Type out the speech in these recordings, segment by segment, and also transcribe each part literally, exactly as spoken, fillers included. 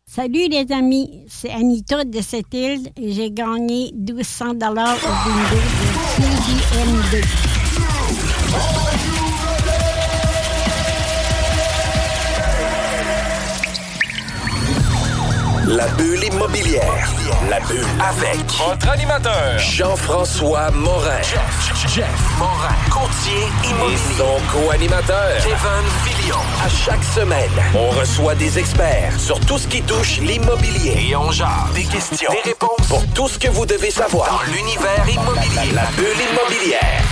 Salut les amis, c'est Anita de cette île et j'ai gagné douze cents dollars au bingo de C J M deux. La bulle immobilière. La bulle avec votre animateur Jean-François Morin. Jeff, Jeff Morin, courtier immobilier. Et son co-animateur Kevin Filion. À chaque semaine, on reçoit des experts sur tout ce qui touche l'immobilier. Et on jase des questions, des réponses pour tout ce que vous devez savoir dans l'univers immobilier. La, la, la bulle immobilière.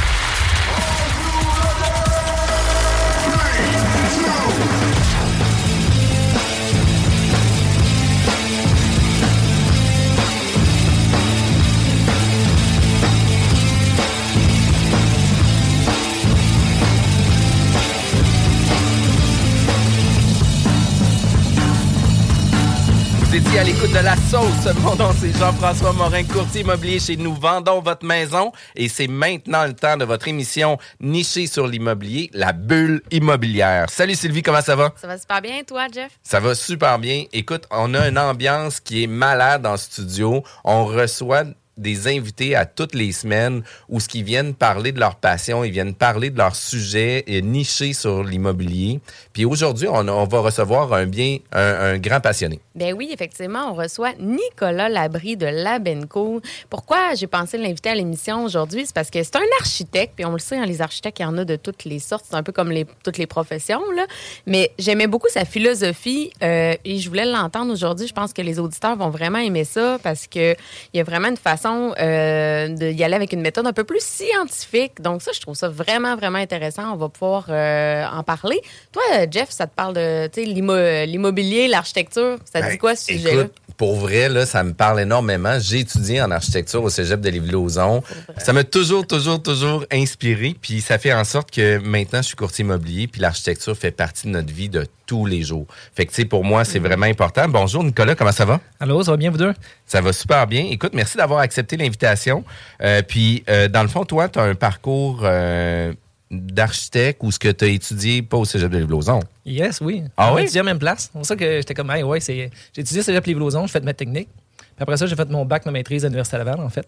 Vous étiez à l'écoute de La Sauce. Mon nom, c'est Jean-François Morin, courtier immobilier chez Nous Vendons Votre Maison. Et c'est maintenant le temps de votre émission nichée sur l'immobilier, La Bulle Immobilière. Salut Sylvie, comment ça va? Ça va super bien, toi, Jeff? Ça va super bien. Écoute, on a une ambiance qui est malade en studio. On reçoit des invités à toutes les semaines où ce qu'ils viennent parler de leur passion, ils viennent parler de leur sujet et nicher sur l'immobilier. Puis aujourd'hui, on, on va recevoir un bien, un, un grand passionné. Ben oui, effectivement, on reçoit Nicolas Labrie de Labenco. Pourquoi j'ai pensé l'inviter à l'émission aujourd'hui? C'est parce que c'est un architecte, puis on le sait, hein, les architectes, il y en a de toutes les sortes, c'est un peu comme les, toutes les professions, là. Mais j'aimais beaucoup sa philosophie euh, et je voulais l'entendre aujourd'hui. Je pense que les auditeurs vont vraiment aimer ça parce qu'il y a vraiment une façon Euh, d'y aller avec une méthode un peu plus scientifique. Donc ça, je trouve ça vraiment, vraiment intéressant. On va pouvoir euh, en parler. Toi, Jeff, ça te parle de l'immo- l'immobilier, l'architecture. Ça te ben, dit quoi, ce sujet-là? Écoute, pour vrai, là, ça me parle énormément. J'ai étudié en architecture au cégep de Lévis-Lauzon. Ça m'a toujours, toujours, toujours inspiré. Puis ça fait en sorte que maintenant, je suis courtier immobilier. Puis l'architecture fait partie de notre vie de tous les jours. Fait que, tu sais, pour moi, c'est vraiment important. Bonjour, Nicolas, comment ça va? Allô, ça va bien, vous deux? Ça va super bien. Écoute, merci d'avoir accepté l'invitation. Euh, puis, euh, dans le fond, toi, tu as un parcours euh, d'architecte ou ce que tu as étudié, pas au cégep de Lévis-Lauzon? Yes, oui. Ah on oui? a étudié à la même place. C'est pour ça que j'étais comme, hey, ouais, c'est... J'ai étudié au cégep Lévis-Lauzon, j'ai fait ma technique. Puis après ça, j'ai fait mon bac de maîtrise à l'Université Laval, en fait.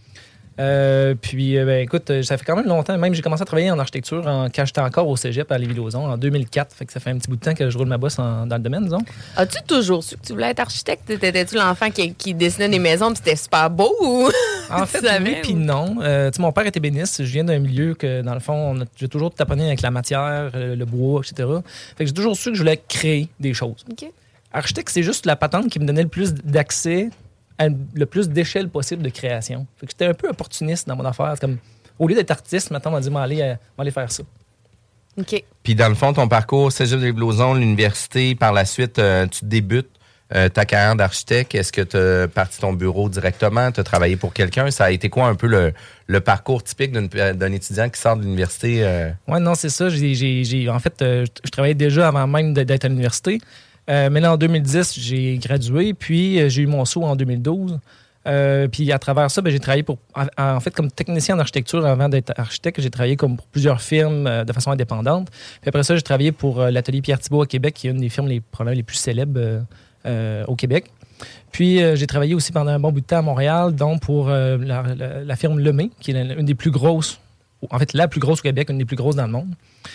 Euh, puis, euh, ben, écoute, ça fait quand même longtemps. Même, j'ai commencé à travailler en architecture en, quand j'étais encore au cégep à Lévis-Lauzon en deux mille quatre. Fait que ça fait un petit bout de temps que je roule ma bosse en, dans le domaine, disons. As-tu toujours su que tu voulais être architecte? Étais-tu l'enfant qui, qui dessinait des maisons puis c'était super beau? Ou... En fait, oui puis non. Euh, tu sais, mon père était ébéniste. Je viens d'un milieu que, dans le fond, on a, j'ai toujours taponné avec la matière, euh, le bois, et cetera. Fait que j'ai toujours su que je voulais créer des choses. Okay. Architecte, c'est juste la patente qui me donnait le plus d'accès à le plus d'échelles possible de création. Fait que j'étais un peu opportuniste dans mon affaire. C'est comme, au lieu d'être artiste, maintenant, on m'a dit, m'en aller, euh, m'en aller faire ça. OK. Puis, dans le fond, ton parcours, cégep de Lévis-Lauzon, l'université, par la suite, euh, tu débutes euh, ta carrière d'architecte. Est-ce que tu as parti ton bureau directement? Tu as travaillé pour quelqu'un? Ça a été quoi un peu le, le parcours typique d'une, d'un étudiant qui sort de l'université? Euh... Oui, non, c'est ça. J'ai, j'ai, j'ai, en fait, euh, je travaillais déjà avant même d'être à l'université. Euh, mais là, en deux mille dix, j'ai gradué, puis euh, j'ai eu mon saut en deux mille douze. Euh, puis à travers ça, ben, j'ai travaillé pour, en, en fait comme technicien en architecture avant d'être architecte. J'ai travaillé comme pour plusieurs firmes euh, de façon indépendante. Puis après ça, j'ai travaillé pour euh, l'atelier Pierre Thibault à Québec, qui est une des firmes les, probablement les plus célèbres euh, euh, au Québec. Puis euh, j'ai travaillé aussi pendant un bon bout de temps à Montréal, donc pour euh, la, la, la firme Lemay, qui est une des plus grosses, en fait la plus grosse au Québec, une des plus grosses dans le monde.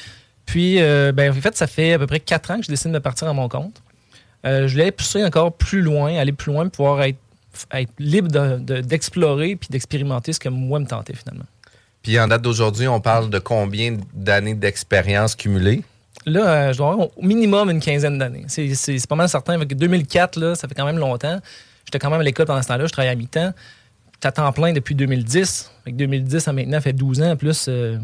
Puis, euh, ben, en fait, ça fait à peu près quatre ans que je décide de me partir à mon compte. Euh, je voulais pousser encore plus loin, aller plus loin, pouvoir être, être libre de, de, d'explorer puis d'expérimenter ce que moi me tentait finalement. Puis, en date d'aujourd'hui, on parle de combien d'années d'expérience cumulée? Là, euh, je dois avoir au minimum une quinzaine d'années. C'est, c'est, c'est pas mal certain. Avec deux mille quatre, là, ça fait quand même longtemps. J'étais quand même à l'école pendant ce temps-là. Je travaillais à mi-temps. J'étais à temps plein depuis deux mille dix. Avec deux mille dix à maintenant, ça fait douze ans. En plus... Euh,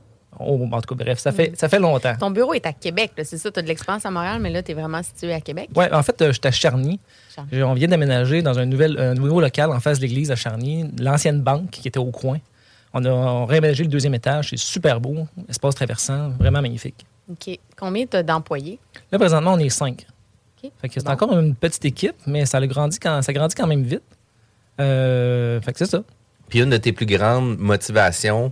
Oh, en tout cas, bref, ça fait, ça fait longtemps. Ton bureau est à Québec, là, c'est ça? Tu as de l'expérience à Montréal, mais là, tu es vraiment situé à Québec? Oui, en fait, euh, j'étais à Charny. Charny. On vient d'aménager dans un, nouvel, un nouveau local en face de l'église à Charny, l'ancienne banque qui était au coin. On a, on a réaménagé le deuxième étage. C'est super beau, espace traversant, vraiment magnifique. OK. Combien tu as d'employés? Là, présentement, on est cinq. Okay. Fait que c'est bon. encore une petite équipe, mais ça, a grandi quand, ça grandit quand même vite. Euh, fait que c'est ça. Puis une de tes plus grandes motivations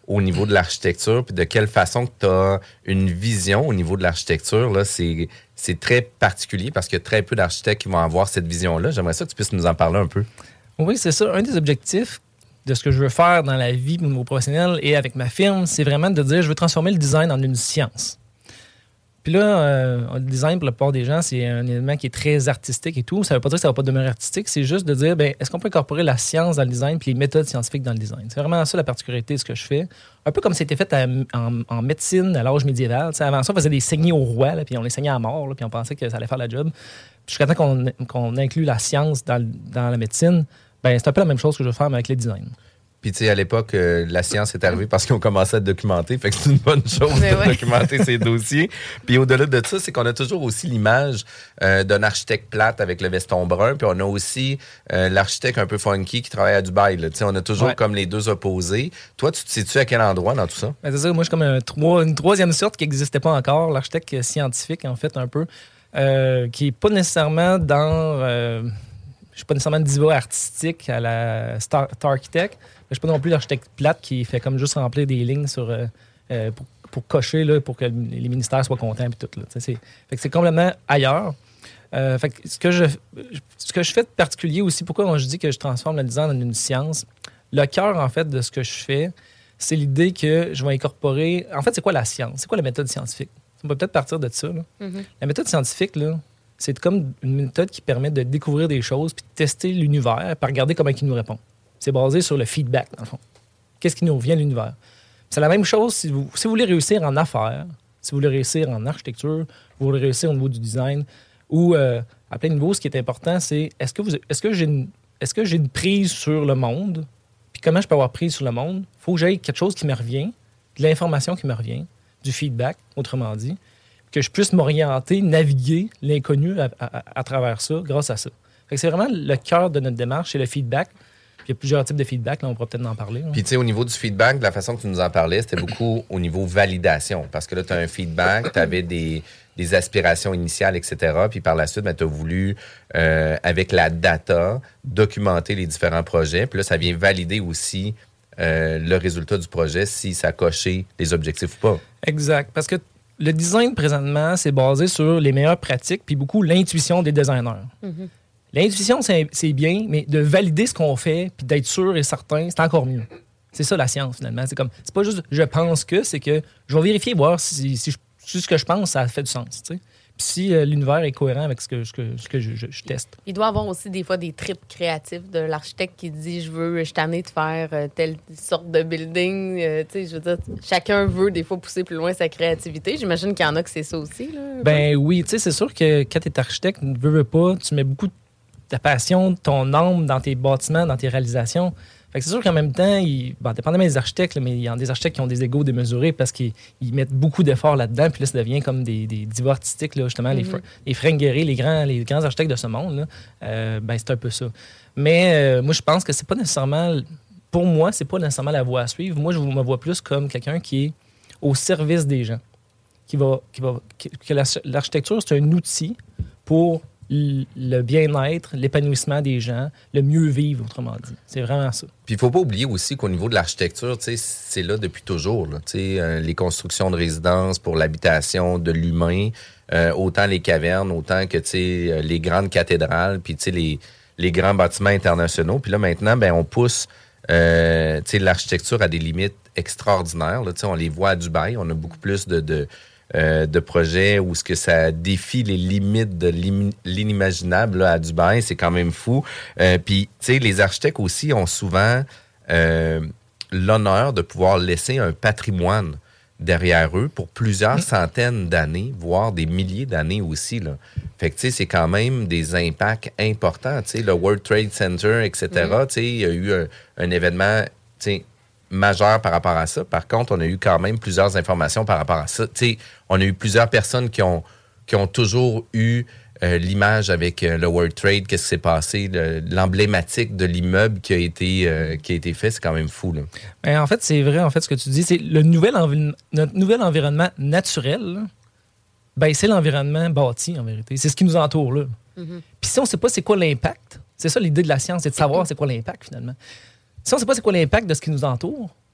au niveau de l'architecture, puis de quelle façon tu as une vision au niveau de l'architecture, là, c'est, c'est très particulier parce qu'il y a très peu d'architectes qui vont avoir cette vision-là. J'aimerais ça que tu puisses nous en parler un peu. Oui, c'est ça. Un des objectifs de ce que je veux faire dans la vie au niveau professionnel et avec ma firme, c'est vraiment de dire je veux transformer le design en une science. Puis là, euh, le design, pour la plupart des gens, c'est un élément qui est très artistique et tout. Ça ne veut pas dire que ça ne va pas demeurer artistique, c'est juste de dire, ben, est-ce qu'on peut incorporer la science dans le design puis les méthodes scientifiques dans le design? C'est vraiment ça la particularité de ce que je fais. Un peu comme c'était fait à, en, en médecine à l'âge médiéval. T'sais, avant ça, on faisait des saignées au roi, là, puis on les saignait à mort, là, puis on pensait que ça allait faire la job. Puis jusqu'à temps qu'on, qu'on inclut la science dans, dans la médecine, ben, c'est un peu la même chose que je veux faire mais avec le design. Puis, tu sais, à l'époque, euh, la science est arrivée parce qu'on commençait à documenter. Fait que c'est une bonne chose mais de ouais. documenter ces dossiers. Puis, au-delà de ça, c'est qu'on a toujours aussi l'image euh, d'un architecte plate avec le veston brun. Puis, on a aussi euh, l'architecte un peu funky qui travaille à Dubaï. Tu sais, on a toujours ouais. comme les deux opposés. Toi, tu te situes à quel endroit dans tout ça? Ben, c'est ça. Moi, je suis comme un trois, une troisième sorte qui n'existait pas encore. L'architecte scientifique, en fait, un peu, euh, qui n'est pas nécessairement dans... Euh, je suis pas nécessairement diva artistique à la Star, Star Architect. Je suis pas non plus l'architecte plate qui fait comme juste remplir des lignes sur, euh, euh, pour, pour cocher, là, pour que les ministères soient contents et tout. Là. C'est, fait que c'est complètement ailleurs. Euh, fait que ce, que je, ce que je fais de particulier aussi, pourquoi je dis que je transforme le design en une science, le cœur, en fait, de ce que je fais, c'est l'idée que je vais incorporer... En fait, c'est quoi la science? C'est quoi la méthode scientifique? On peut peut-être partir de ça. Là. Mm-hmm. La méthode scientifique, là, c'est comme une méthode qui permet de découvrir des choses puis de tester l'univers puis regarder comment il nous répond. C'est basé sur le feedback, dans le fond. Qu'est-ce qui nous revient de l'univers? C'est la même chose si vous, si vous voulez réussir en affaires, si vous voulez réussir en architecture, vous voulez réussir au niveau du design, ou euh, à plein de niveaux, ce qui est important, c'est est-ce que, vous, est-ce que, j'ai, une, est-ce que j'ai une prise sur le monde? Puis comment je peux avoir prise sur le monde? Il faut que j'aille quelque chose qui me revient, de l'information qui me revient, du feedback, autrement dit, que je puisse m'orienter, naviguer l'inconnu à, à, à travers ça, grâce à ça. Fait que c'est vraiment le cœur de notre démarche, c'est le feedback. Puis il y a plusieurs types de feedback, là, on pourra peut-être en parler. Là. Puis tu sais, au niveau du feedback, de la façon que tu nous en parlais, c'était beaucoup au niveau validation. Parce que là, tu as un feedback, tu avais des, des aspirations initiales, et cetera. Puis par la suite, ben, tu as voulu, euh, avec la data, documenter les différents projets. Puis là, ça vient valider aussi euh, le résultat du projet, si ça a coché les objectifs ou pas. Exact. Parce que le design, présentement, c'est basé sur les meilleures pratiques puis beaucoup l'intuition des designers. Mm-hmm. L'intuition, c'est, c'est bien, mais de valider ce qu'on fait puis d'être sûr et certain, c'est encore mieux. C'est ça, la science, finalement. C'est comme, c'est pas juste « je pense que », c'est que je vais vérifier, voir si, si, je, si ce que je pense, ça fait du sens, tu sais. Puis si euh, l'univers est cohérent avec ce que, ce que, ce que je, je, je teste. Il doit y avoir aussi des fois des trips créatifs de l'architecte qui dit « je veux, je t'amène de faire euh, telle sorte de building euh, ». Tu sais, je veux dire, chacun veut des fois pousser plus loin sa créativité. J'imagine qu'il y en a que c'est ça aussi, là. Ben oui, tu sais, c'est sûr que quand tu es architecte, ne veux, veux pas, tu mets beaucoup de ta passion, ton âme dans tes bâtiments, dans tes réalisations. Fait que c'est sûr qu'en même temps, il, bon, dépendamment des architectes, là, mais il y a des architectes qui ont des égos démesurés parce qu'ils ils mettent beaucoup d'efforts là-dedans, puis là, ça devient comme des, des divas artistiques, là, justement, mm-hmm. les, fr- les Frank Gehry, les grands, les grands architectes de ce monde, là, euh, ben, c'est un peu ça. Mais euh, moi, je pense que c'est pas nécessairement, pour moi, c'est pas nécessairement la voie à suivre. Moi, je me vois plus comme quelqu'un qui est au service des gens, qui va, qui va, qui, que la, l'architecture, c'est un outil pour le bien-être, l'épanouissement des gens, le mieux vivre, autrement dit. C'est vraiment ça. Puis il ne faut pas oublier aussi qu'au niveau de l'architecture, c'est là depuis toujours. Là, euh, les constructions de résidences pour l'habitation de l'humain, euh, autant les cavernes, autant que les grandes cathédrales, puis les, les grands bâtiments internationaux. Puis là, maintenant, ben, on pousse euh, l'architecture à des limites extraordinaires. Là, on les voit à Dubaï. On a beaucoup plus de... de Euh, de projets où ce que ça défie les limites de l'inimaginable là, à Dubaï, c'est quand même fou. Euh, Puis, tu sais, les architectes aussi ont souvent euh, l'honneur de pouvoir laisser un patrimoine derrière eux pour plusieurs centaines d'années, voire des milliers d'années aussi, là. Fait que, tu sais, c'est quand même des impacts importants. Tu sais, le World Trade Center, et cetera. Mm. Tu sais, il y a eu un, un événement, tu sais, majeur par rapport à ça. Par contre, on a eu quand même plusieurs informations par rapport à ça. Tu sais, on a eu plusieurs personnes qui ont, qui ont toujours eu euh, l'image avec euh, le World Trade, qu'est-ce qui s'est passé, le, l'emblématique de l'immeuble qui a été, euh, qui a été fait, c'est quand même fou, là. Ben, en fait, c'est vrai, en fait, ce que tu dis, c'est le nouvel envi- notre nouvel environnement naturel, là, ben, c'est l'environnement bâti, en vérité. C'est ce qui nous entoure, là. Mm-hmm. Puis si on ne sait pas c'est quoi l'impact, c'est ça l'idée de la science, c'est de savoir c'est quoi l'impact, finalement. Si on ne sait pas c'est quoi l'impact de ce qui nous entoure,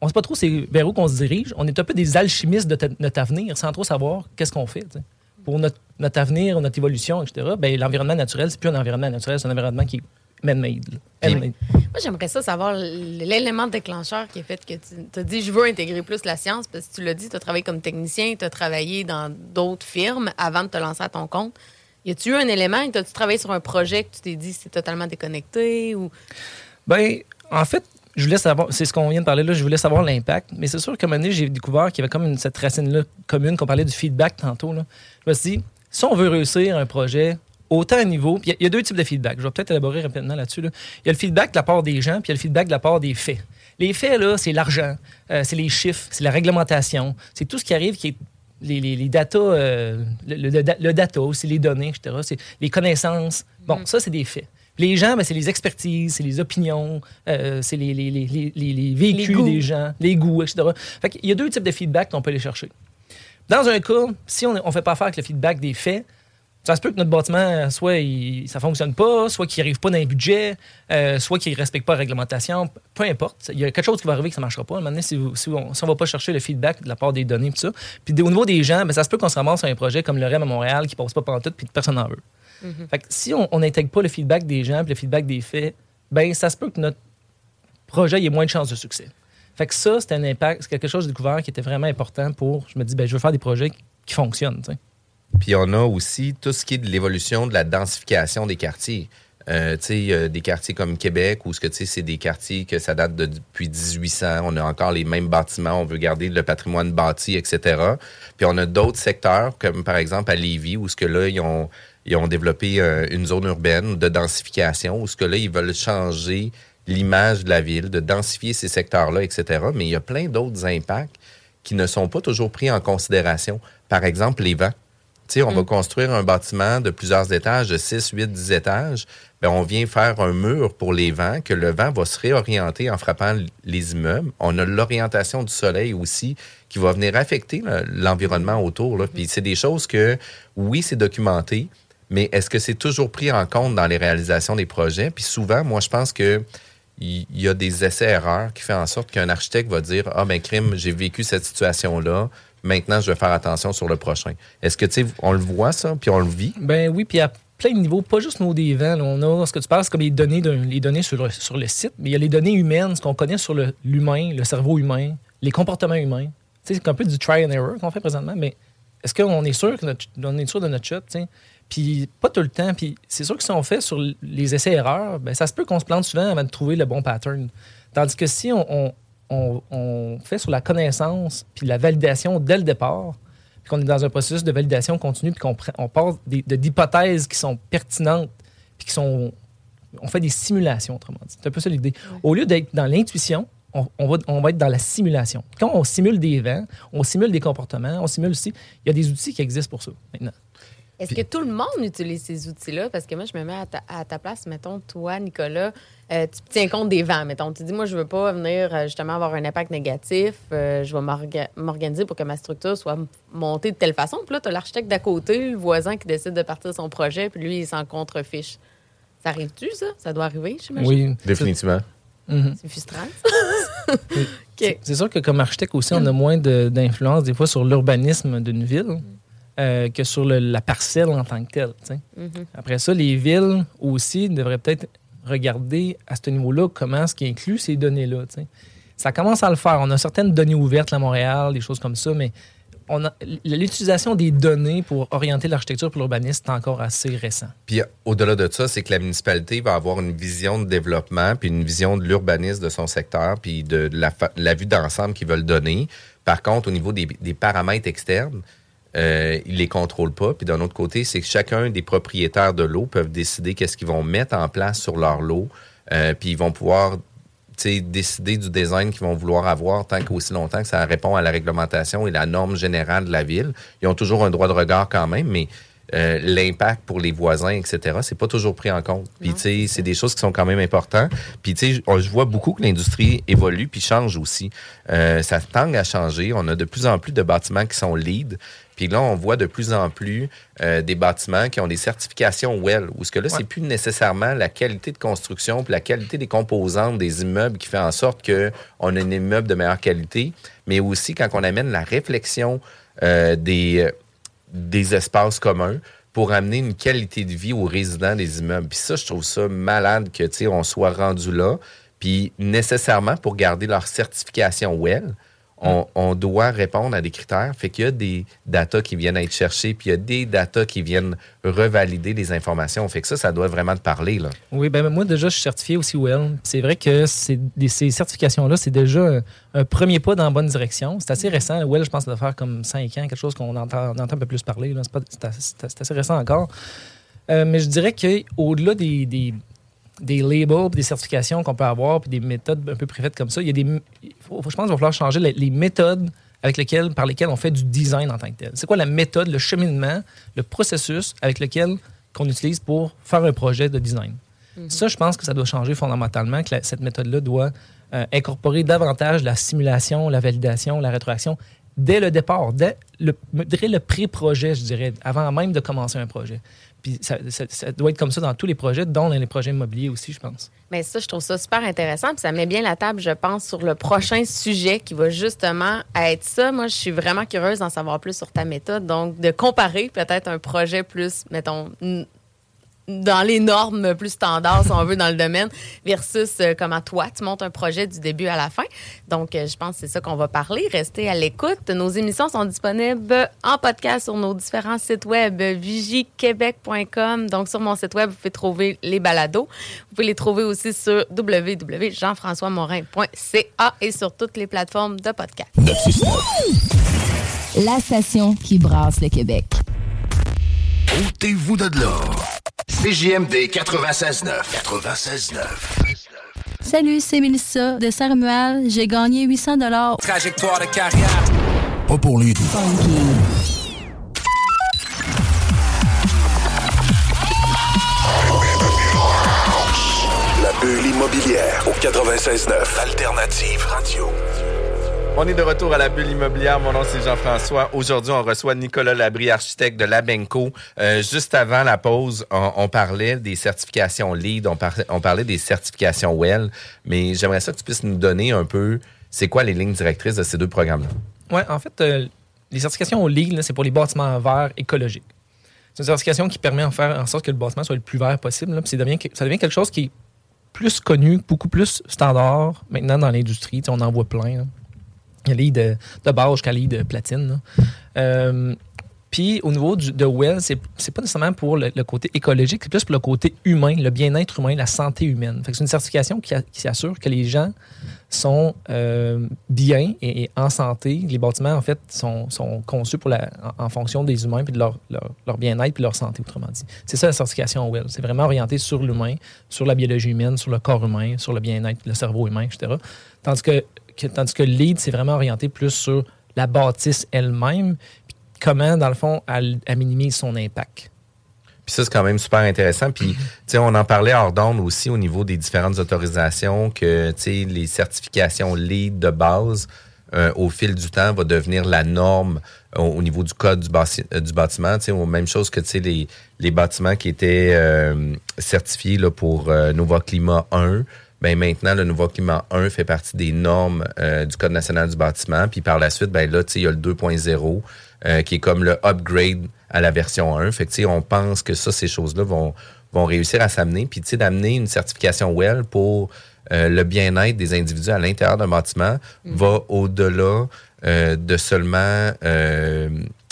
on sait pas trop c'est vers où qu'on se dirige. On est un peu des alchimistes de t- notre avenir sans trop savoir qu'est-ce qu'on fait. T'sais. Pour notre, notre avenir, notre évolution, et cetera, ben, l'environnement naturel, c'est plus un environnement naturel, c'est un environnement qui est man-made. man-made. Moi, j'aimerais ça savoir l'élément déclencheur qui a fait que tu as dit « je veux intégrer plus la science », parce que tu l'as dit, tu as travaillé comme technicien, tu as travaillé dans d'autres firmes avant de te lancer à ton compte. Y a-tu eu un élément? As-tu travaillé sur un projet que tu t'es dit c'est totalement déconnecté? Ou... Ben, en fait, je voulais savoir, c'est ce qu'on vient de parler là, je voulais savoir l'impact, mais c'est sûr qu'à un moment donné, j'ai découvert qu'il y avait comme une, cette racine-là commune, qu'on parlait du feedback tantôt. Là. Je me suis dit, si on veut réussir un projet, autant à niveau, puis il y, y a deux types de feedback, je vais peut-être élaborer rapidement là-dessus. Là. Il y a le feedback de la part des gens, puis il y a le feedback de la part des faits. Les faits, là, c'est l'argent, euh, c'est les chiffres, c'est la réglementation, c'est tout ce qui arrive qui est les, les, les data, euh, le, le, le data, c'est les données, et cetera, c'est les connaissances. Bon, mm. ça, c'est des faits. Les gens, ben, c'est les expertises, c'est les opinions, euh, c'est les, les, les, les, les vécus les des gens, les goûts, et cetera. Fait qu'il y a deux types de feedback qu'on peut aller chercher. Dans un cas, si on ne fait pas affaire avec le feedback des faits, ça se peut que notre bâtiment, soit il, ça ne fonctionne pas, soit qu'il n'arrive pas dans les budgets, euh, soit qu'il ne respecte pas la réglementation, peu importe. Il y a quelque chose qui va arriver que ça ne marchera pas. Maintenant, si, si on ne si va pas chercher le feedback de la part des données et tout ça. Puis au niveau des gens, ben, ça se peut qu'on se ramasse sur un projet comme le R E M à Montréal qui ne passe pas pantoute puis personne n'en veut. Mm-hmm. Fait que si on n'intègre pas le feedback des gens et le feedback des faits, ben ça se peut que notre projet ait moins de chances de succès. Fait que ça, c'est un impact, c'est quelque chose de découvert qui était vraiment important pour. Je me dis, ben je veux faire des projets qui fonctionnent. T'sais. Puis on a aussi tout ce qui est de l'évolution de la densification des quartiers. Euh, tu sais, euh, des quartiers comme Québec, où ce que tu sais, c'est des quartiers que ça date de, depuis dix-huit cents. On a encore les mêmes bâtiments, on veut garder le patrimoine bâti, et cetera. Puis on a d'autres secteurs, comme par exemple à Lévis, où ce que là, ils ont, ils ont développé euh, une zone urbaine de densification, où ce que là, ils veulent changer l'image de la ville, de densifier ces secteurs-là, et cetera. Mais il y a plein d'autres impacts qui ne sont pas toujours pris en considération. Par exemple, les vents. Tu sais, on mm. va construire un bâtiment de plusieurs étages, de six, huit, dix étages. Bien, on vient faire un mur pour les vents, que le vent va se réorienter en frappant les immeubles. On a l'orientation du soleil aussi qui va venir affecter là, l'environnement autour. Là. Puis c'est des choses que, oui, c'est documenté, mais est-ce que c'est toujours pris en compte dans les réalisations des projets? Puis souvent, moi, je pense que il y a des essais-erreurs qui font en sorte qu'un architecte va dire « Ah, ben crime, j'ai vécu cette situation-là. Maintenant, je vais faire attention sur le prochain. » Est-ce que, tu sais, on le voit, ça, puis on le vit? Ben oui, puis à plein de niveaux, pas juste nos des vents. Là, on a, ce que tu parles, c'est comme les données, de, les données sur le, sur le site, mais il y a les données humaines, ce qu'on connaît sur le, l'humain, le cerveau humain, les comportements humains. Tu sais, c'est un peu du try and error qu'on fait présentement, mais est-ce qu'on est sûr, que notre, on est sûr de notre shot, tu sais? Puis pas tout le temps. Puis c'est sûr que si on fait sur les essais-erreurs, ben ça se peut qu'on se plante souvent avant de trouver le bon pattern. Tandis que si on, on, on, on fait sur la connaissance puis la validation dès le départ, puis qu'on est dans un processus de validation continue, puis qu'on on part des, de, d'hypothèses qui sont pertinentes, puis qui sont... On fait des simulations, autrement dit. C'est un peu ça l'idée. Ouais. Au lieu d'être dans l'intuition, on, on, va, on va être dans la simulation. Quand on simule des vents, on simule des comportements, on simule aussi... Il y a des outils qui existent pour ça, maintenant. Est-ce que tout le monde utilise ces outils-là? Parce que moi, je me mets à ta, à ta place, mettons, toi, Nicolas, euh, tu tiens compte des vents, mettons. Tu dis, moi, je veux pas venir euh, justement avoir un impact négatif. Euh, je vais m'orga- m'organiser pour que ma structure soit montée de telle façon. Puis là, tu as l'architecte d'à côté, le voisin qui décide de partir son projet, puis lui, il s'en contrefiche. Ça arrive-tu, ça? Ça doit arriver, j'imagine? Oui. Définitivement. C'est, mm-hmm. c'est frustrant, ça? okay. c'est, c'est sûr que comme architecte aussi, on a moins de, d'influence des fois sur l'urbanisme d'une ville. Mm. Euh, que sur le, la parcelle en tant que telle. Mm-hmm. Après ça, les villes aussi devraient peut-être regarder à ce niveau-là comment est-ce qu'ils incluent ces données-là. T'sais. Ça commence à le faire. On a certaines données ouvertes là, à Montréal, des choses comme ça, mais on a, l'utilisation des données pour orienter l'architecture pour l'urbanisme est encore assez récent. Puis au-delà de ça, c'est que la municipalité va avoir une vision de développement puis une vision de l'urbanisme de son secteur puis de la, la vue d'ensemble qu'ils veulent donner. Par contre, au niveau des, des paramètres externes, Euh, ils les contrôlent pas. Puis d'un autre côté, c'est que chacun des propriétaires de l'eau peuvent décider qu'est-ce qu'ils vont mettre en place sur leur lot. Euh, puis ils vont pouvoir décider du design qu'ils vont vouloir avoir tant qu'aussi longtemps que ça répond à la réglementation et la norme générale de la ville. Ils ont toujours un droit de regard quand même, mais euh, l'impact pour les voisins, et cetera, c'est pas toujours pris en compte. Puis, tu sais, c'est des choses qui sont quand même importantes. Puis, tu sais, je vois beaucoup que l'industrie évolue puis change aussi. Euh, ça tend à changer. On a de plus en plus de bâtiments qui sont lead. Puis là, on voit de plus en plus euh, des bâtiments qui ont des certifications W E L, où ce que là, ouais. c'est plus nécessairement la qualité de construction puis la qualité des composantes des immeubles qui fait en sorte qu'on a un immeuble de meilleure qualité, mais aussi quand on amène la réflexion euh, des, euh, des espaces communs pour amener une qualité de vie aux résidents des immeubles. Puis ça, je trouve ça malade que, tu sais, on soit rendu là. Puis nécessairement, pour garder leur certification W E L, On, on doit répondre à des critères. Fait qu'il y a des datas qui viennent être cherchés, puis il y a des datas qui viennent revalider les informations. Fait que ça, ça doit vraiment te parler, là. Oui, ben moi, déjà, je suis certifié aussi W E L. C'est vrai que c'est des, ces certifications-là, c'est déjà un, un premier pas dans la bonne direction. C'est assez récent. W E L, je pense, de faire comme cinq ans, quelque chose qu'on entend, on entend un peu plus parler. Là. C'est, pas, c'est, assez, c'est assez récent encore. Euh, mais je dirais qu'au-delà des... des des labels, des certifications qu'on peut avoir, puis des méthodes un peu préfaites comme ça. Il y a des, faut, je pense qu'il va falloir changer les, les méthodes avec lesquelles, par lesquelles on fait du design en tant que tel. C'est quoi la méthode, le cheminement, le processus avec lequel qu'on utilise pour faire un projet de design? Mm-hmm. Ça, je pense que ça doit changer fondamentalement, que la, cette méthode-là doit euh, incorporer davantage la simulation, la validation, la rétroaction dès le départ, dès le, dès le pré-projet, je dirais, avant même de commencer un projet. Puis ça, ça, ça doit être comme ça dans tous les projets, dont dans les projets immobiliers aussi, je pense. Bien, ça, je trouve ça super intéressant. Puis ça met bien la table, je pense, sur le prochain sujet qui va justement être ça. Moi, je suis vraiment curieuse d'en savoir plus sur ta méthode. Donc, de comparer peut-être un projet plus, mettons, dans les normes plus standards, si on veut, dans le domaine, versus euh, comment toi, tu montes un projet du début à la fin. Donc, euh, je pense que c'est ça qu'on va parler. Restez à l'écoute. Nos émissions sont disponibles en podcast sur nos différents sites web, vigie québec point com. Donc, sur mon site web, vous pouvez trouver les balados. Vous pouvez les trouver aussi sur w w w point jean françois morin point c a et sur toutes les plateformes de podcast. La station qui brasse le Québec. Ôtez-vous de là. C J M D quatre-vingt-seize neuf. quatre-vingt-seize neuf. Salut, c'est Mélissa de Saint-Romuald. J'ai gagné huit cents dollars. Trajectoire de carrière. Pas pour les doux. La bulle immobilière au quatre-vingt-seize neuf. Alternative Radio. On est de retour à la bulle immobilière. Mon nom, c'est Jean-François. Aujourd'hui, on reçoit Nicolas Labrie, architecte de Labenco. Euh, juste avant la pause, on, on parlait des certifications LEED, on, par, on parlait des certifications W E L, mais j'aimerais ça que tu puisses nous donner un peu, c'est quoi les lignes directrices de ces deux programmes-là? Oui, en fait, euh, les certifications LEED, là, c'est pour les bâtiments verts écologiques. C'est une certification qui permet de faire en sorte que le bâtiment soit le plus vert possible. Là, puis ça devient, ça devient quelque chose qui est plus connu, beaucoup plus standard maintenant dans l'industrie. On en voit plein, là. Il y a l'I de, de base jusqu'à l'I de platine. Euh, Puis au niveau du, de W E L, c'est, c'est pas nécessairement pour le, le côté écologique, c'est plus pour le côté humain, le bien-être humain, la santé humaine. Fait que c'est une certification qui, a, qui assure que les gens sont euh, bien et, et en santé. Les bâtiments, en fait, sont, sont conçus pour la, en, en fonction des humains puis de leur, leur, leur bien-être puis leur santé, autrement dit. C'est ça la certification W E L. C'est vraiment orienté sur l'humain, sur la biologie humaine, sur le corps humain, sur le bien-être, le cerveau humain, et cetera. Tandis que Que, tandis que LEED, c'est vraiment orienté plus sur la bâtisse elle-même, puis comment, dans le fond, elle, elle minimise son impact. Puis ça, c'est quand même super intéressant. Puis, tu sais, on en parlait hors d'onde aussi au niveau des différentes autorisations, que, tu sais, les certifications LEED de base, euh, au fil du temps, va devenir la norme au, au niveau du code du, bâti- euh, du bâtiment. Tu sais, même chose que, tu sais, les, les bâtiments qui étaient euh, certifiés là, pour euh, Nova Climat un, ben maintenant, le Nova Climat un fait partie des normes euh, du Code national du bâtiment. Puis par la suite, ben là, tu sais, il y a le deux point zéro euh, qui est comme le upgrade à la version un. Fait que, tu sais, on pense que ça, ces choses-là vont, vont réussir à s'amener. Puis, tu sais, d'amener une certification W E L pour euh, le bien-être des individus à l'intérieur d'un bâtiment mmh. va au-delà euh, de seulement... Euh,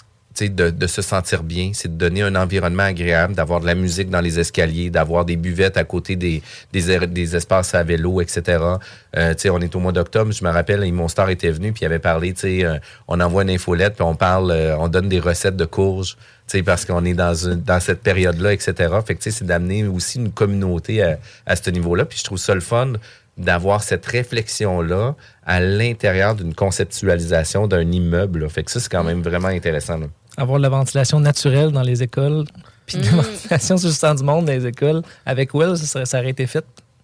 De, de se sentir bien, c'est de donner un environnement agréable, d'avoir de la musique dans les escaliers, d'avoir des buvettes à côté des, des, des espaces à vélo, et cetera. Euh, tu sais, on est au mois d'octobre, je me rappelle, Monstar était venu, puis il avait parlé, tu sais, euh, on envoie une infolette, puis on parle, euh, on donne des recettes de courges, tu sais, parce qu'on est dans, une, dans cette période-là, et cetera. Fait que, tu sais, c'est d'amener aussi une communauté à, à ce niveau-là, puis je trouve ça le fun d'avoir cette réflexion-là à l'intérieur d'une conceptualisation d'un immeuble, là. Fait que ça, c'est quand même vraiment intéressant, là. Avoir de la ventilation naturelle dans les écoles, puis de la mmh. ventilation sur le centre du monde dans les écoles. Avec W E L, ça, ça aurait été fait.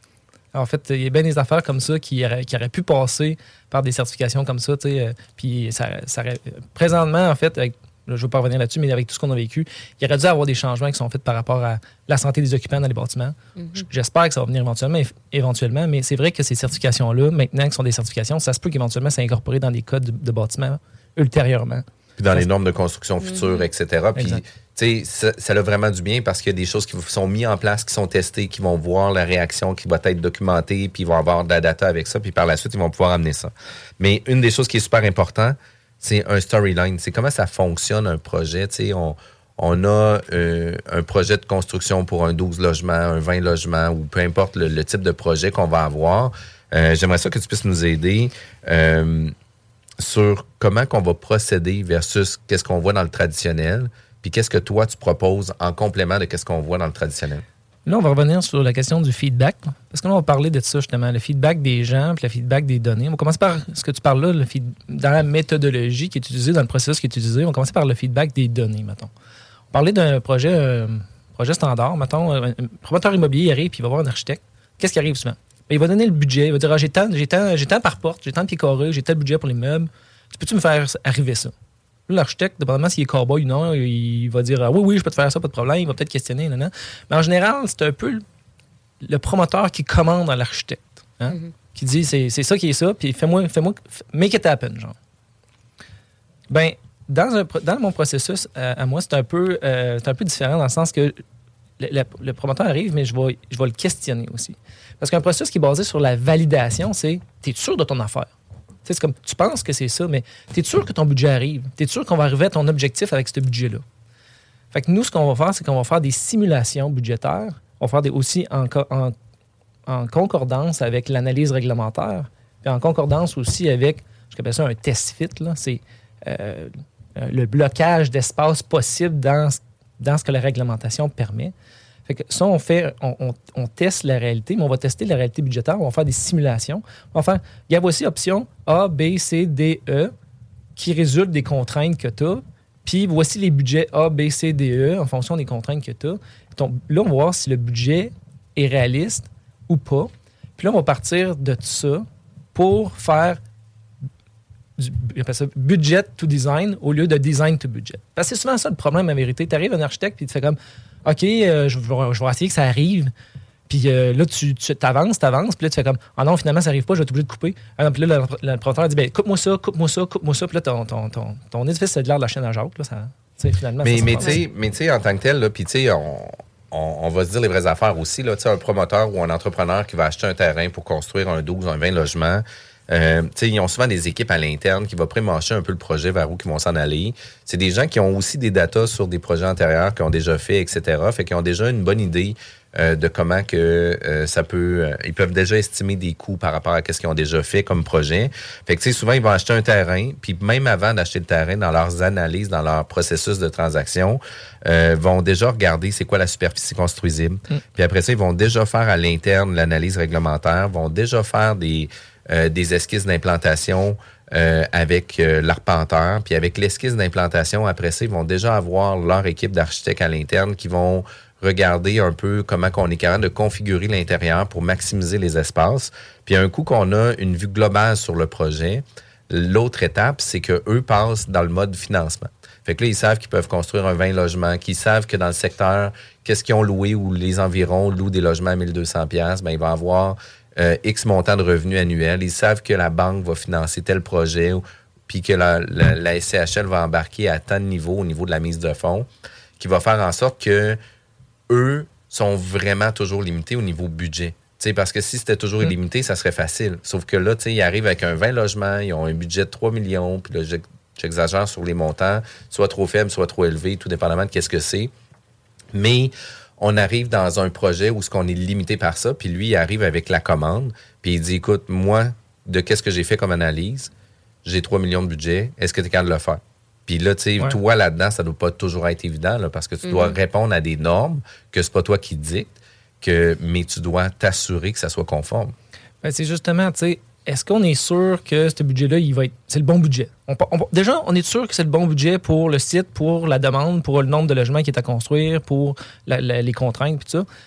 En fait, il y a bien des affaires comme ça qui auraient, qui auraient pu passer par des certifications comme ça. Euh, puis ça, ça aurait, présentement, en fait, avec je ne veux pas revenir là-dessus, mais avec tout ce qu'on a vécu, il aurait dû avoir des changements qui sont faits par rapport à la santé des occupants dans les bâtiments. Mm-hmm. J'espère que ça va venir éventuellement, éventuellement, mais c'est vrai que ces certifications-là, maintenant qui sont des certifications, ça se peut qu'éventuellement ça soit incorporé dans des codes de, de bâtiments ultérieurement. Puis dans ça, les normes de construction futures, mm-hmm. et cetera. Puis, tu sais, ça, ça a vraiment du bien parce qu'il y a des choses qui sont mises en place, qui sont testées, qui vont voir la réaction, qui va être documentée, puis ils vont avoir de la data avec ça, puis par la suite, ils vont pouvoir amener ça. Mais une des choses qui est super importante, c'est un storyline. C'est comment ça fonctionne un projet. Tu sais, on, on a euh, un projet de construction pour un douze logements, un vingt logements, ou peu importe le, le type de projet qu'on va avoir. Euh, j'aimerais ça que tu puisses nous aider euh, sur comment qu'on va procéder versus qu'est-ce qu'on voit dans le traditionnel, puis qu'est-ce que toi, tu proposes en complément de qu'est-ce qu'on voit dans le traditionnel. Là, on va revenir sur la question du feedback, parce que là, on va parler de ça, justement, le feedback des gens, puis le feedback des données. On va commencer par ce que tu parles là, le feed... dans la méthodologie qui est utilisée, dans le processus qui est utilisé. On va commencer par le feedback des données, mettons. On parlait d'un projet, euh, projet standard, mettons, un promoteur immobilier arrive, puis il va voir un architecte. Qu'est-ce qui arrive souvent? Bien, il va donner le budget, il va dire ah, j'ai, tant, j'ai, tant, j'ai tant par porte, j'ai tant de pieds carrés, j'ai tel budget pour les meubles. Tu peux-tu me faire arriver ça? Là, l'architecte, dépendamment s'il est cowboy ou non, il va dire ah, oui, oui, je peux te faire ça, pas de problème. Il va peut-être questionner. Non, non. Mais en général, c'est un peu le, le promoteur qui commande à l'architecte. Hein? Mm-hmm. Qui dit c'est, c'est ça qui est ça, puis fais-moi, fais-moi, make it happen, genre. Ben, dans, un, dans mon processus, à, à moi, c'est un, peu, euh, c'est un peu différent dans le sens que le, le, le promoteur arrive, mais je vais, je vais le questionner aussi. Parce qu'un processus qui est basé sur la validation, c'est t'es sûr de ton affaire? Tu sais, c'est comme, tu penses que c'est ça, mais tu es sûr que ton budget arrive? Tu es sûr qu'on va arriver à ton objectif avec ce budget-là? Fait que nous, ce qu'on va faire, c'est qu'on va faire des simulations budgétaires. On va faire des, aussi en, en, en concordance avec l'analyse réglementaire, puis en concordance aussi avec, je appelle ça un test fit, là, c'est euh, le blocage d'espace possible dans, dans ce que la réglementation permet. Fait que ça, on fait, on, on, on teste la réalité, mais on va tester la réalité budgétaire, on va faire des simulations. On va faire, il y a aussi option A, B, C, D, E qui résultent des contraintes que tu as. Puis voici les budgets A, B, C, D, E en fonction des contraintes que tu as. Donc, là, on va voir si le budget est réaliste ou pas. Puis là, on va partir de ça pour faire du ça, budget to design au lieu de design to budget. Parce que c'est souvent ça le problème, en vérité. Tu arrives un architecte puis tu fais comme OK, euh, je, vais, je vais essayer que ça arrive. Puis euh, là, tu, tu avances, tu avances. Puis là, tu fais comme ah non, finalement, ça n'arrive pas, je vais être obligé de couper. Ah non, puis là, le, le promoteur dit ben, coupe-moi ça, coupe-moi ça, coupe-moi ça. Puis là, ton, ton, ton, ton édifice, c'est de l'air de la chaîne à Jacques. Là, ça, finalement, mais ça mais tu sais, en tant que tel, puis tu sais, on, on, on va se dire les vraies affaires aussi. Là, un promoteur ou un entrepreneur qui va acheter un terrain pour construire un douze, un vingt logements. Euh, ils ont souvent des équipes à l'interne qui vont pré-mâcher un peu le projet vers où ils vont s'en aller. C'est des gens qui ont aussi des datas sur des projets antérieurs qu'ils ont déjà fait, et cetera. Fait qu'ils ont déjà une bonne idée euh, de comment que euh, ça peut... Euh, ils peuvent déjà estimer des coûts par rapport à ce qu'ils ont déjà fait comme projet. Fait que tu sais, souvent, ils vont acheter un terrain, puis même avant d'acheter le terrain, dans leurs analyses, dans leur processus de transaction, euh, vont déjà regarder c'est quoi la superficie construisible. Mm. Puis après ça, ils vont déjà faire à l'interne l'analyse réglementaire, vont déjà faire des... Euh, des esquisses d'implantation euh, avec euh, l'arpenteur. Puis avec l'esquisse d'implantation, après ça, ils vont déjà avoir leur équipe d'architectes à l'interne qui vont regarder un peu comment on est capable de configurer l'intérieur pour maximiser les espaces. Puis un coup qu'on a une vue globale sur le projet, l'autre étape, c'est qu'eux passent dans le mode financement. Fait que là, ils savent qu'ils peuvent construire un vingt logements, qu'ils savent que dans le secteur, qu'est-ce qu'ils ont loué ou les environs louent des logements à mille deux cents dollars, bien, ils vont avoir Euh, X montant de revenus annuels. Ils savent que la banque va financer tel projet puis que la, la, la S C H L va embarquer à tant de niveau au niveau de la mise de fonds, qui va faire en sorte que eux sont vraiment toujours limités au niveau budget. T'sais, parce que si c'était toujours illimité, ça serait facile. Sauf que là, ils arrivent avec un vingt logements, ils ont un budget de trois millions, puis là, j'exagère sur les montants, soit trop faible, soit trop élevé, tout dépendamment de qu'est-ce que c'est. Mais on arrive dans un projet où ce qu'on est limité par ça, puis lui, il arrive avec la commande, puis il dit, écoute, moi, de qu'est-ce que j'ai fait comme analyse, j'ai trois millions de budget, est-ce que tu es capable de le faire? Puis là, tu sais, ouais. toi, là-dedans, ça ne doit pas toujours être évident, là, parce que tu mm-hmm. dois répondre à des normes que c'est pas toi qui dictes, que, mais tu dois t'assurer que ça soit conforme. Ben, c'est justement, tu sais, est-ce qu'on est sûr que ce budget-là, il va être, c'est le bon budget? On, on, déjà, on est sûr que c'est le bon budget pour le site, pour la demande, pour le nombre de logements qui est à construire, pour la, la, les contraintes, puis tout ça.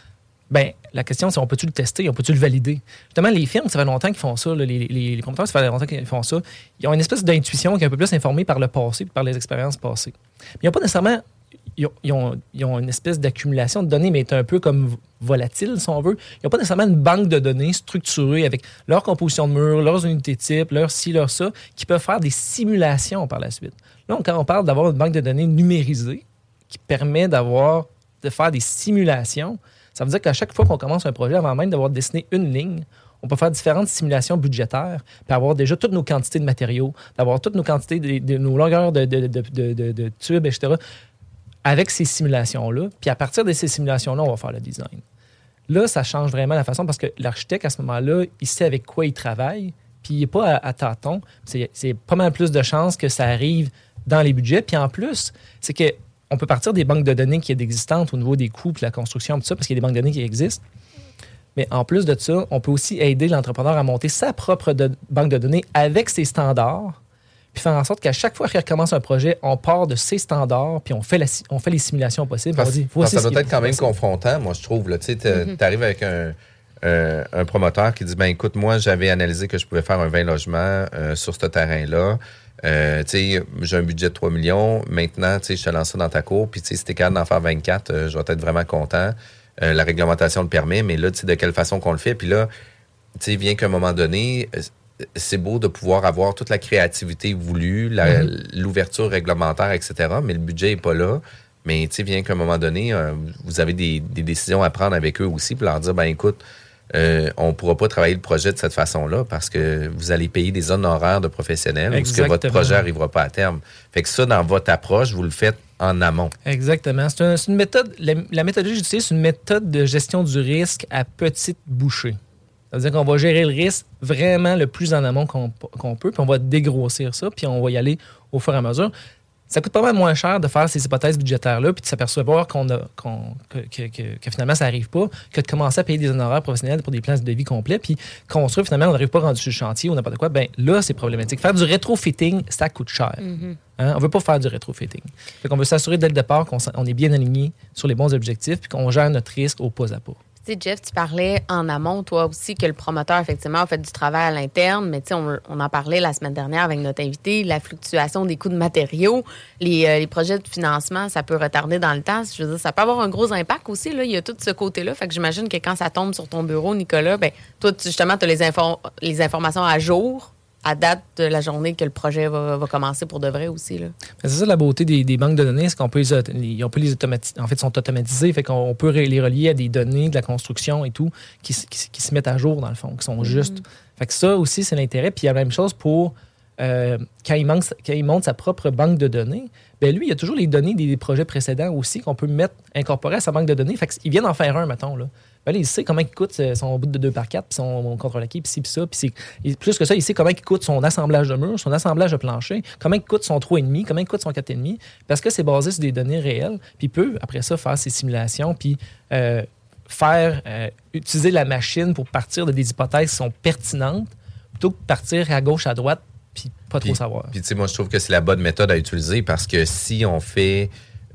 Ben, la question, c'est on peut-tu le tester, on peut-tu le valider? Justement, les firmes, ça fait longtemps qu'ils font ça, là, les, les, les promoteurs, ça fait longtemps qu'ils font ça. Ils ont une espèce d'intuition qui est un peu plus informée par le passé par les expériences passées. Mais ils n'ont pas nécessairement... Ils ont, ils, ont, ils ont une espèce d'accumulation de données, mais est un peu comme volatile, si on veut. Ils n'ont pas nécessairement une banque de données structurée avec leur composition de mur, leurs unités types, leur ci, leur ça, qui peuvent faire des simulations par la suite. Là, quand on parle d'avoir une banque de données numérisée qui permet d'avoir, de faire des simulations, ça veut dire qu'à chaque fois qu'on commence un projet, avant même d'avoir dessiné une ligne, on peut faire différentes simulations budgétaires, puis avoir déjà toutes nos quantités de matériaux, d'avoir toutes nos quantités, de, de nos longueurs de, de, de, de, de, de tubes, et cetera, avec ces simulations-là. Puis à partir de ces simulations-là, on va faire le design. Là, ça change vraiment la façon, parce que l'architecte, à ce moment-là, il sait avec quoi il travaille, puis il n'est pas à, à tâtons. C'est, c'est pas mal plus de chances que ça arrive dans les budgets. Puis en plus, c'est que on peut partir des banques de données qui sont existantes au niveau des coûts et la construction, tout ça, parce qu'il y a des banques de données qui existent. Mais en plus de ça, on peut aussi aider l'entrepreneur à monter sa propre de- banque de données avec ses standards, puis faire en sorte qu'à chaque fois qu'il recommence un projet, on part de ses standards, puis on fait, la, on fait les simulations possibles. Parce, on dit, parce ça ce doit qui être quand même possible. confrontant, moi, je trouve. Tu sais, Mm-hmm. tu arrives avec un, euh, un promoteur qui dit, ben écoute, moi, j'avais analysé que je pouvais faire un vingt logements euh, sur ce terrain-là. Euh, tu sais, j'ai un budget de trois millions. Maintenant, tu sais, je te lance ça dans ta cour. Puis, tu sais, si t'es capable d'en faire vingt-quatre, euh, je vais être vraiment content. Euh, la réglementation le permet. Mais là, tu sais, de quelle façon qu'on le fait. Puis là, tu sais, vient qu'à un moment donné, c'est beau de pouvoir avoir toute la créativité voulue, la, mm-hmm. l'ouverture réglementaire, et cetera. Mais le budget n'est pas là. Mais, tu sais, vient qu'à un moment donné, euh, vous avez des, des décisions à prendre avec eux aussi pour leur dire, ben écoute, Euh, on ne pourra pas travailler le projet de cette façon-là parce que vous allez payer des honoraires de professionnels parce que votre projet n'arrivera pas à terme. Fait que ça, dans votre approche, vous le faites en amont. Exactement. C'est, un, c'est une méthode, la, la méthodologie que j'utilise, c'est une méthode de gestion du risque à petite bouchée. C'est-à-dire qu'on va gérer le risque vraiment le plus en amont qu'on, qu'on peut, puis on va dégrossir ça, puis on va y aller au fur et à mesure. Ça coûte pas mal moins cher de faire ces hypothèses budgétaires-là puis de s'apercevoir qu'on a, qu'on, que, que, que, que finalement, ça n'arrive pas, que de commencer à payer des honoraires professionnels pour des plans de vie complets puis construire, finalement, on n'arrive pas rendu sur le chantier ou n'importe quoi. Bien, là, c'est problématique. Faire du rétrofitting, ça coûte cher. Mm-hmm. Hein? On ne veut pas faire du rétrofitting. Fait qu'on veut s'assurer dès le départ qu'on on est bien aligné sur les bons objectifs puis qu'on gère notre risque au pas à pas. Tu sais, Jeff, tu parlais en amont, toi aussi, que le promoteur, effectivement, a fait du travail à l'interne, mais tu sais, on, on en parlait la semaine dernière avec notre invité, la fluctuation des coûts de matériaux, les, euh, les projets de financement, ça peut retarder dans le temps. Je veux dire, ça peut avoir un gros impact aussi, là. Il y a tout ce côté-là. Fait que j'imagine que quand ça tombe sur ton bureau, Nicolas, ben toi, tu, justement, tu as les, infor- les informations à jour, à date de la journée que le projet va, va commencer pour de vrai aussi, là. C'est ça la beauté des, des banques de données, c'est qu'on peut les, on peut les automatiser. En fait, ils sont automatisés, fait qu'on peut les relier à des données de la construction et tout qui, qui, qui se mettent à jour, dans le fond, qui sont justes. Mm-hmm. Fait que ça aussi, c'est l'intérêt. Puis il y a la même chose pour euh, quand, il manque, quand il monte sa propre banque de données, bien lui, il y a toujours les données des projets précédents aussi qu'on peut mettre, incorporer à sa banque de données. Fait qu'il vient d'en faire un, mettons, là. Ben là, il sait comment il coûte son bout de deux par quatre, puis son contre-laqué, puis ci, puis ça. Puis c'est, plus que ça, il sait comment il coûte son assemblage de murs, son assemblage de plancher, comment il coûte son trois virgule cinq, comment il coûte son quatre virgule cinq, parce que c'est basé sur des données réelles. Puis il peut, après ça, faire ses simulations, puis euh, faire, euh, utiliser la machine pour partir de des hypothèses qui sont pertinentes, plutôt que de partir à gauche, à droite, puis pas trop puis, savoir. Puis, tu sais, moi, je trouve que c'est la bonne méthode à utiliser parce que si on fait...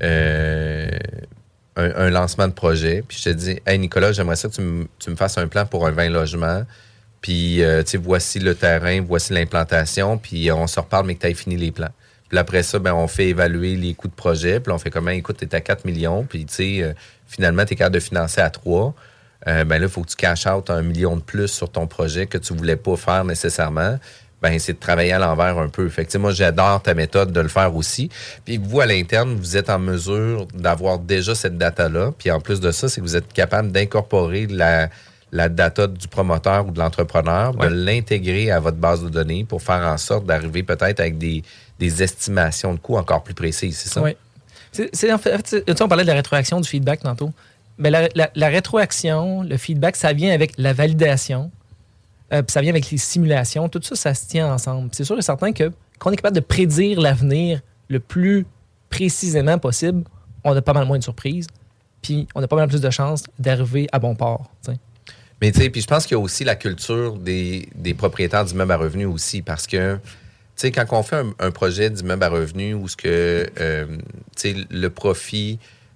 Euh, Un, un lancement de projet, puis je te dis, hey Nicolas, j'aimerais ça que tu me, tu me fasses un plan pour un vingt logements, puis euh, tu sais, voici le terrain, voici l'implantation, puis on se reparle, mais que tu aies fini les plans. Puis après ça, ben, on fait évaluer les coûts de projet, puis on fait comment, écoute, tu es à quatre millions, puis tu sais, euh, finalement, tu es capable de financer à trois. Euh, ben là, il faut que tu cash out un million de plus sur ton projet que tu voulais pas faire nécessairement. Ben, c'est de travailler à l'envers un peu. Fait que, tu sais, moi, j'adore ta méthode de le faire aussi. Puis vous, à l'interne, vous êtes en mesure d'avoir déjà cette data-là. Puis en plus de ça, c'est que vous êtes capable d'incorporer la, la data du promoteur ou de l'entrepreneur, ouais. de l'intégrer à votre base de données pour faire en sorte d'arriver peut-être avec des, des estimations de coûts encore plus précises, c'est ça? Oui. C'est, c'est, en fait, tu sais, on parlait de la rétroaction, du feedback tantôt. Mais la, la, la rétroaction, le feedback, ça vient avec la validation. Euh, puis ça vient avec les simulations. Tout ça, ça se tient ensemble. Puis c'est sûr et certain que qu'on est capable de prédire l'avenir le plus précisément possible, on a pas mal moins de surprises. Puis on a pas mal plus de chances d'arriver à bon port. T'sais. Mais tu sais, puis je pense qu'il y a aussi la culture des, des propriétaires d'immeubles à revenus aussi. Parce que, tu sais, quand on fait un, un projet d'immeuble à revenus où ce que, euh, tu sais, le profit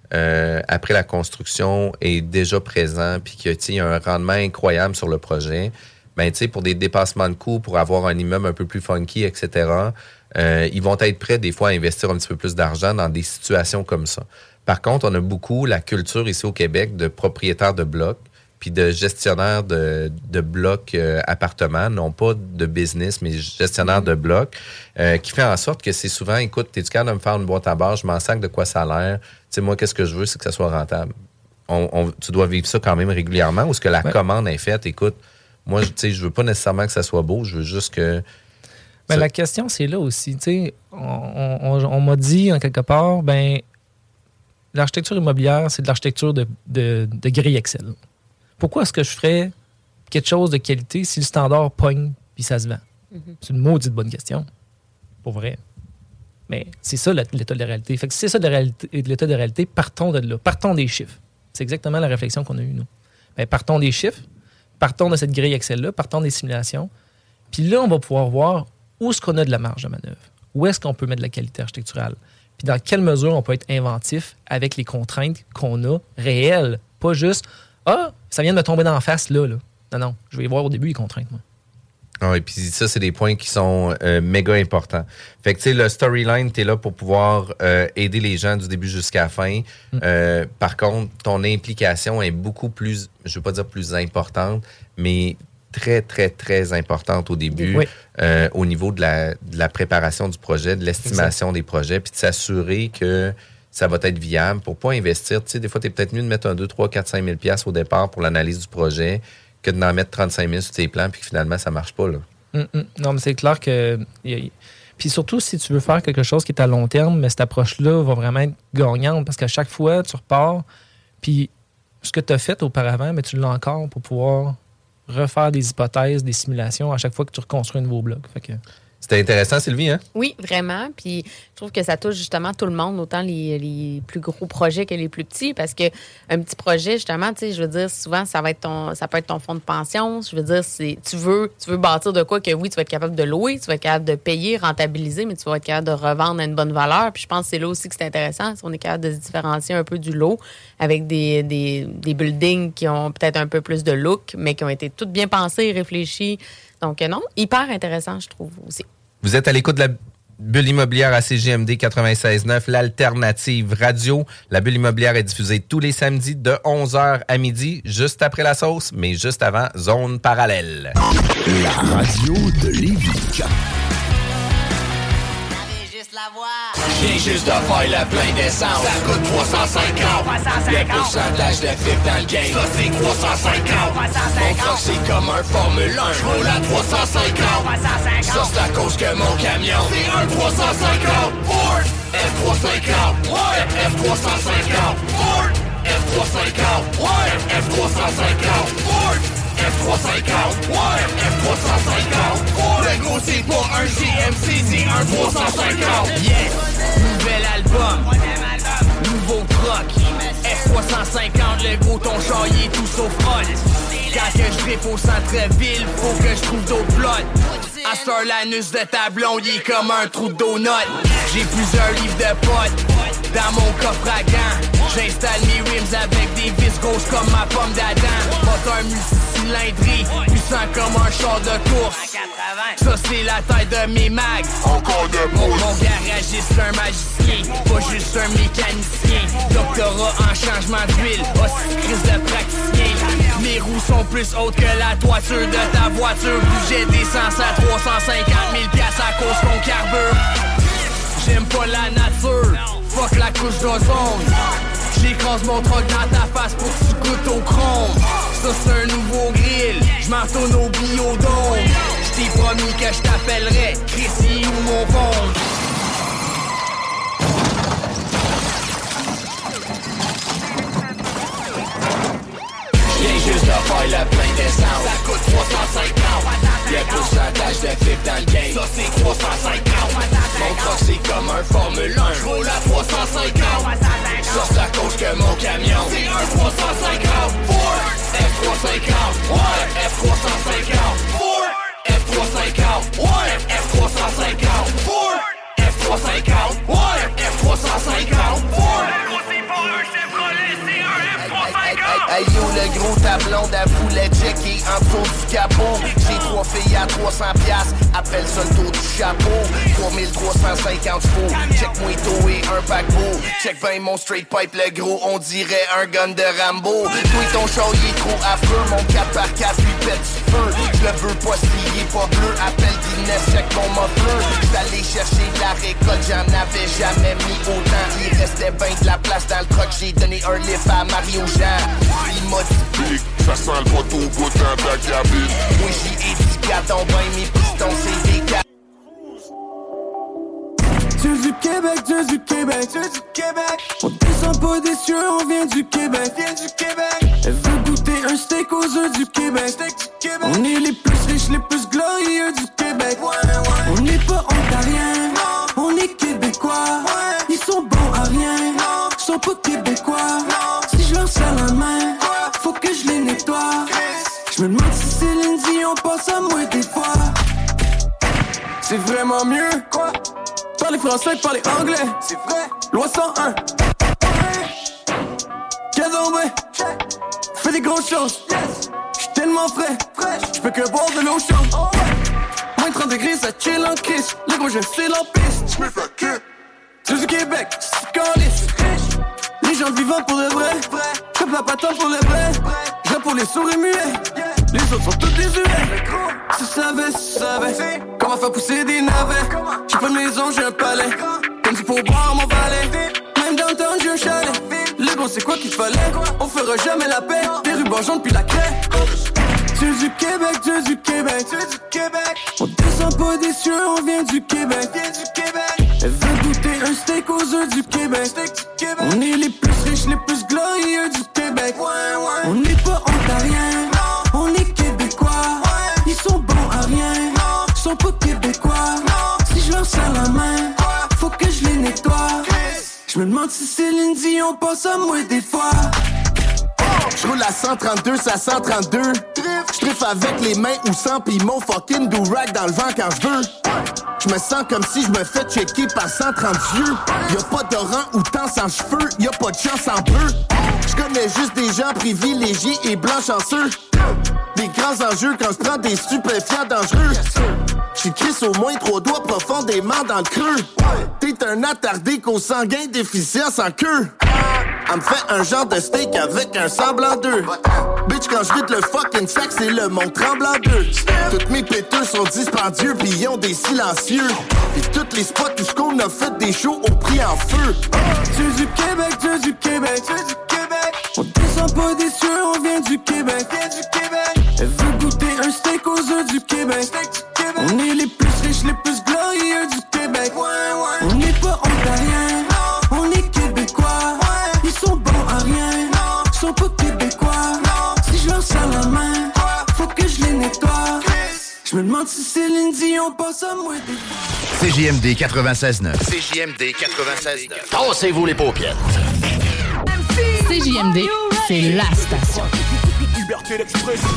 euh, après la construction est déjà présent puis qu'il y a un rendement incroyable sur le projet, ben, tu sais, pour des dépassements de coûts, pour avoir un immeuble un peu plus funky, et cetera, euh, ils vont être prêts des fois à investir un petit peu plus d'argent dans des situations comme ça. Par contre, on a beaucoup la culture ici au Québec de propriétaires de blocs puis de gestionnaires de, de blocs euh, appartements, non pas de business, mais gestionnaires de blocs, euh, qui fait en sorte que c'est souvent, écoute, t'es-tu capable de me faire une boîte à barre, je m'en sac de quoi ça a l'air. Tu sais, moi, qu'est-ce que je veux, c'est que ça soit rentable. On, on, tu dois vivre ça quand même régulièrement, ou est-ce que la ouais. commande est faite, écoute, moi, tu sais, je veux pas nécessairement que ça soit beau, je veux juste que... Ben, ça... La question, c'est là aussi, tu sais, on, on, on m'a dit, en quelque part, ben l'architecture immobilière, c'est de l'architecture de, de, de grille Excel. Pourquoi est-ce que je ferais quelque chose de qualité si le standard pogne puis ça se vend? Mm-hmm. C'est une maudite bonne question. Pour vrai. Mais c'est ça l'état de la réalité. Fait que si c'est ça de la réalité, l'état de la réalité, partons de là. Partons des chiffres. C'est exactement la réflexion qu'on a eue, nous. Bien, partons des chiffres, partons de cette grille Excel-là, partons des simulations. Puis là, on va pouvoir voir où est-ce qu'on a de la marge de manœuvre. Où est-ce qu'on peut mettre de la qualité architecturale. Puis dans quelle mesure on peut être inventif avec les contraintes qu'on a réelles. Pas juste... Ah, ça vient de me tomber dans la face, là, là. Non, non, je vais y voir au début les contraintes, moi. Ah oui, puis ça, c'est des points qui sont euh, méga importants. Fait que, tu sais, le storyline, t'es là pour pouvoir euh, aider les gens du début jusqu'à la fin. Mm. Euh, par contre, ton implication est beaucoup plus, je veux pas dire plus importante, mais très, très, très importante au début, oui. euh, au niveau de la, de la préparation du projet, de l'estimation exact. Des projets, puis de s'assurer que ça va être viable pour pas investir. Tu sais, des fois, t'es peut-être mieux de mettre un deux, trois, quatre, cinq mille piastres au départ pour l'analyse du projet que d'en mettre trente-cinq mille sur tes plans puis que finalement, ça marche pas, là. Mm-mm. Non, mais c'est clair que... Puis surtout, si tu veux faire quelque chose qui est à long terme, mais cette approche-là va vraiment être gagnante parce qu'à chaque fois, tu repars, puis ce que tu as fait auparavant, mais tu l'as encore pour pouvoir refaire des hypothèses, des simulations à chaque fois que tu reconstruis un nouveau bloc. Fait que... C'était intéressant, Sylvie, hein? Oui, vraiment. Puis je trouve que ça touche justement tout le monde, autant les, les plus gros projets que les plus petits, parce que un petit projet, justement, tu sais, je veux dire, souvent, ça va être ton, ça peut être ton fonds de pension. Je veux dire, c'est, tu veux, tu veux bâtir de quoi que oui, tu vas être capable de louer, tu vas être capable de payer, rentabiliser, mais tu vas être capable de revendre à une bonne valeur. Puis je pense que c'est là aussi que c'est intéressant, si on est capable de se différencier un peu du lot avec des, des, des buildings qui ont peut-être un peu plus de look, mais qui ont été toutes bien pensées, réfléchies. Donc, non, hyper intéressant, je trouve aussi. Vous êtes à l'écoute de la Bulle immobilière à C J M D quatre-vingt-seize neuf, l'alternative radio. La Bulle immobilière est diffusée tous les samedis de onze heures à midi, juste après la sauce, mais juste avant Zone Parallèle. La radio de Lévis. Je viens juste de faire le plein d'essence. Ça coûte trois cent cinquante. Le pourcentage de F I P dans le game, ça c'est trois cent cinquante. Mon truck c'est comme un Formule un, je roule à trois cent cinquante. Ça c'est à cause que mon camion c'est un trois cent cinquante. Ford F trois cent cinquante. Ouais, F trois cent cinquante. Ford F trois cent cinquante. Ouais, F trois cent cinquante. Ford F trois cent cinquante. Ouais, F trois cent cinquante. Ford le gros c'est pas un G M C, c'est un trois cent cinquante. Yes, nouvel album, nouveau truck, F trois cent cinquante, le gros ton char il est tout sauf hot. Quand que je drifte au centre-ville, faut que je trouve d'autres plots. À ce heure, l'anus de ta blonde, il est comme un trou de donut. J'ai plusieurs livres de potes dans mon coffre à gants. J'installe mes rims avec des vis grosses comme ma pomme d'Adam. Moteur multicylindré, puissant comme un char de course. Ça c'est la taille de mes mags. Encore de mon, mon garagiste c'est un magicien, pas juste un mécanicien. Doctorat en changement d'huile, aussi crise de praticien. Mes roues sont plus hautes que la toiture de ta voiture. Budget d'essence à trois cent cinquante mille piastres à cause qu'on carbure. J'aime pas la nature, fuck la couche d'ozone. J'écrase mon truck dans ta face pour que tu goûtes au chrome. Ça c'est un nouveau grill, j'm'en retourne au biodôme. J't'ai promis que j't'appellerais Chrissy ou mon phone. J'viens juste de faire le plein d'essence. Ça coûte trois cent cinquante. Le pourcentage de F I P dans le game, ça c'est trois cent cinquante. Mon truck c'est comme un Formule un, j'roule à trois cent cinquante. Ça c'est à cause que mon camion c'est un trois cent cinquante. Ford F trois cent cinquante. Ouais, F trois cent cinquante. Ford F trois cent cinquante. Ouais, F trois cent cinquante. Ford F trois cent cinquante. Ouais, F trois cent cinquante. Ford ta blonde, elle voulait checker en dessous du capot. J'ai trois filles à trois cents piastres, appelle ça le tour du chapeau. trois mille trois cent cinquante fous, check Mouito et un paquebot. Check ben mon straight pipe le gros, on dirait un gun de Rambo. Toi ton show il est trop à feu, mon quatre par quatre lui pète du feu. Je le veux pas s'il est pas bleu, appelle Guinness, check mon muffler. J'allais chercher de la récolte, j'en avais jamais mis autant. Il restait ben de la place dans le truck, j'ai donné un lift à Mario Jean. Il m'a dit ça sent le poteau au bout dans ta cabine. Moi j'ai éduqué à ton bain, mes pistons c'est des gars. Dieu du Québec, Dieu du Québec, Dieu du Québec. On descend pas des cieux, on vient du Québec, vient du Québec. Elle veut goûter un steak aux œufs du Québec, steak du Québec. On est les plus riches, les plus glorieux du Québec. Ouais, ouais. On n'est pas ontariens, non. On est québécois. Ouais. Ils sont bons à rien, non. Ils sont pas québécois. Non. Si je leur serre la main, ouais. Faut que je les nettoie. Je me demande si Céline Dion pense à moi des fois. C'est vraiment mieux, quoi? Parler français, parler anglais, c'est vrai. Loi cent un. Cadombe, fais des grosses choses. Yes. J'suis tellement frais, j'peux que boire de l'eau chaude. Oh. Moins de trente degrés, ça chill en crise. Les gros jeunes, c'est la piste. J'me fais que Dieu du Québec, c'est calice. Les gens vivants pour le vrai. J'fais la patente pour le vrai. J'rappe pour les sourds et muets. Yeah. Les autres sont tous désuets. Si tu savais, si tu savais comment faire pousser des navets. J'ai pas une maison, j'ai un palais. Comme du pourboire, mon valet. Même dans le temps, j'ai un chalet. Le gros, c'est quoi qu'il te fallait? On fera jamais la paix. Des rubans jaunes puis la craie. Dieu du Québec, Dieu du Québec, Dieu du Québec. On descend pas des cieux, on vient du Québec, vient du Québec. Elle veut goûter un steak aux œufs du Québec, steak du Québec. On est les plus riches, les plus glorieux du Québec. Ouais, ouais. On n'est pas ontariens, non. On est québécois. Ouais. Ils sont bons à rien, non. Ils sont pas québécois, non. Si je leur serre la main, ouais. Faut que je les nettoie. Je me demande si Céline Dion pense à moi des fois. J'roule à cent trente-deux, ça cent trente-deux. J'triffe avec les mains ou sans pis mon fucking do-rag dans le vent quand j'veux. J'me sens comme si j'me fais checker par cent trente yeux. Y'a pas de rang ou temps sans cheveux, y'a pas de chance en peu. J'connais juste des gens privilégiés et blancs chanceux. Des grands enjeux quand j'prends des stupéfiants dangereux. J'suis crisse au moins trois doigts profondément dans le creux. T'es un attardé qu'au sanguin déficient sans queue. Elle me fait un genre de steak avec un semblant d'œuf. Bitch, quand je vide le fucking sac, c'est le mont tremblant d'œuf. Toutes mes péteux sont dispendieux, pis ils ont des silencieux. Pis toutes les spots où qu'on a fait des shows au prix en feu. Dieu du Québec, Dieu du Québec, Dieu du Québec. On descend pas des cieux, on vient du Québec, vient du Québec. Elle veut goûter un steak aux œufs du Québec, steak du Québec. On est les plus riches, les plus glorieux du Québec. Ouais, ouais. On n'est pas ontariens, non. On est québécois. Ouais. Ils sont bons à rien, non. Ils sont pas québécois, non. Si je leur serre la main, ouais. Faut que je les nettoie. Je me demande si Céline Dion pense à moi des fois. C J M D quatre-vingt-seize neuf. C J M D quatre-vingt-seize neuf. Tassez-vous les paupières. C J M D, c'est la station. Liberté d'expression.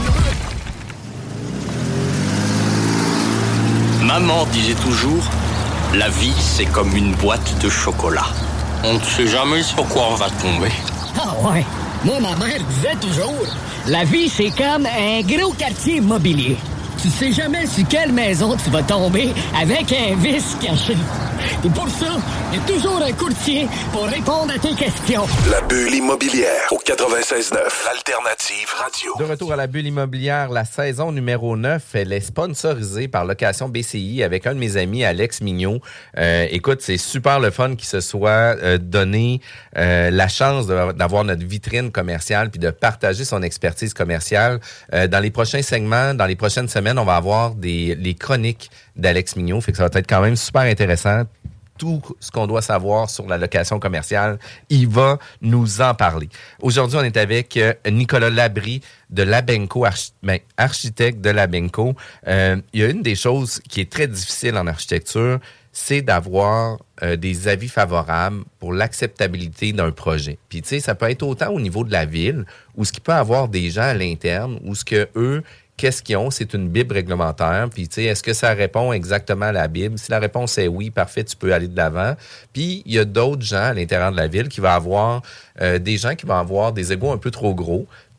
Maman disait toujours, la vie c'est comme une boîte de chocolat. On ne sait jamais sur quoi on va tomber. Ah ouais, moi ma mère disait toujours, la vie c'est comme un gros quartier immobilier. Tu sais jamais sur quelle maison tu vas tomber avec un vice caché. Et pour ça, il y a toujours un courtier pour répondre à tes questions. La bulle immobilière au quatre-vingt-seize neuf, l'alternative radio. De retour à la bulle immobilière, la saison numéro neuf, elle est sponsorisée par Location B C I avec un de mes amis, Alex Mignot. Euh, écoute, c'est super le fun qu'il se soit euh, donné euh, la chance de, d'avoir notre vitrine commerciale puis de partager son expertise commerciale. Euh, dans les prochains segments, dans les prochaines semaines, on va avoir des les chroniques d'Alex Mignot. Fait que ça va être quand même super intéressant. Tout ce qu'on doit savoir sur la location commerciale, il va nous en parler. Aujourd'hui, on est avec euh, Nicolas Labrie de Labenco, archi- ben, architecte de Labenco. Euh, il y a une des choses qui est très difficile en architecture, c'est d'avoir euh, des avis favorables pour l'acceptabilité d'un projet. Puis, tu sais, ça peut être autant au niveau de la ville, où ce qui peut avoir des gens à l'interne, où ce que eux, qu'est-ce qu'ils ont? C'est une Bible réglementaire. Puis, tu sais, est-ce que ça répond exactement à la Bible? Si la réponse est oui, parfait, tu peux aller de l'avant. Puis, il y a d'autres gens à l'intérieur de la ville qui vont avoir, euh, des gens qui vont avoir des égos un peu trop gros.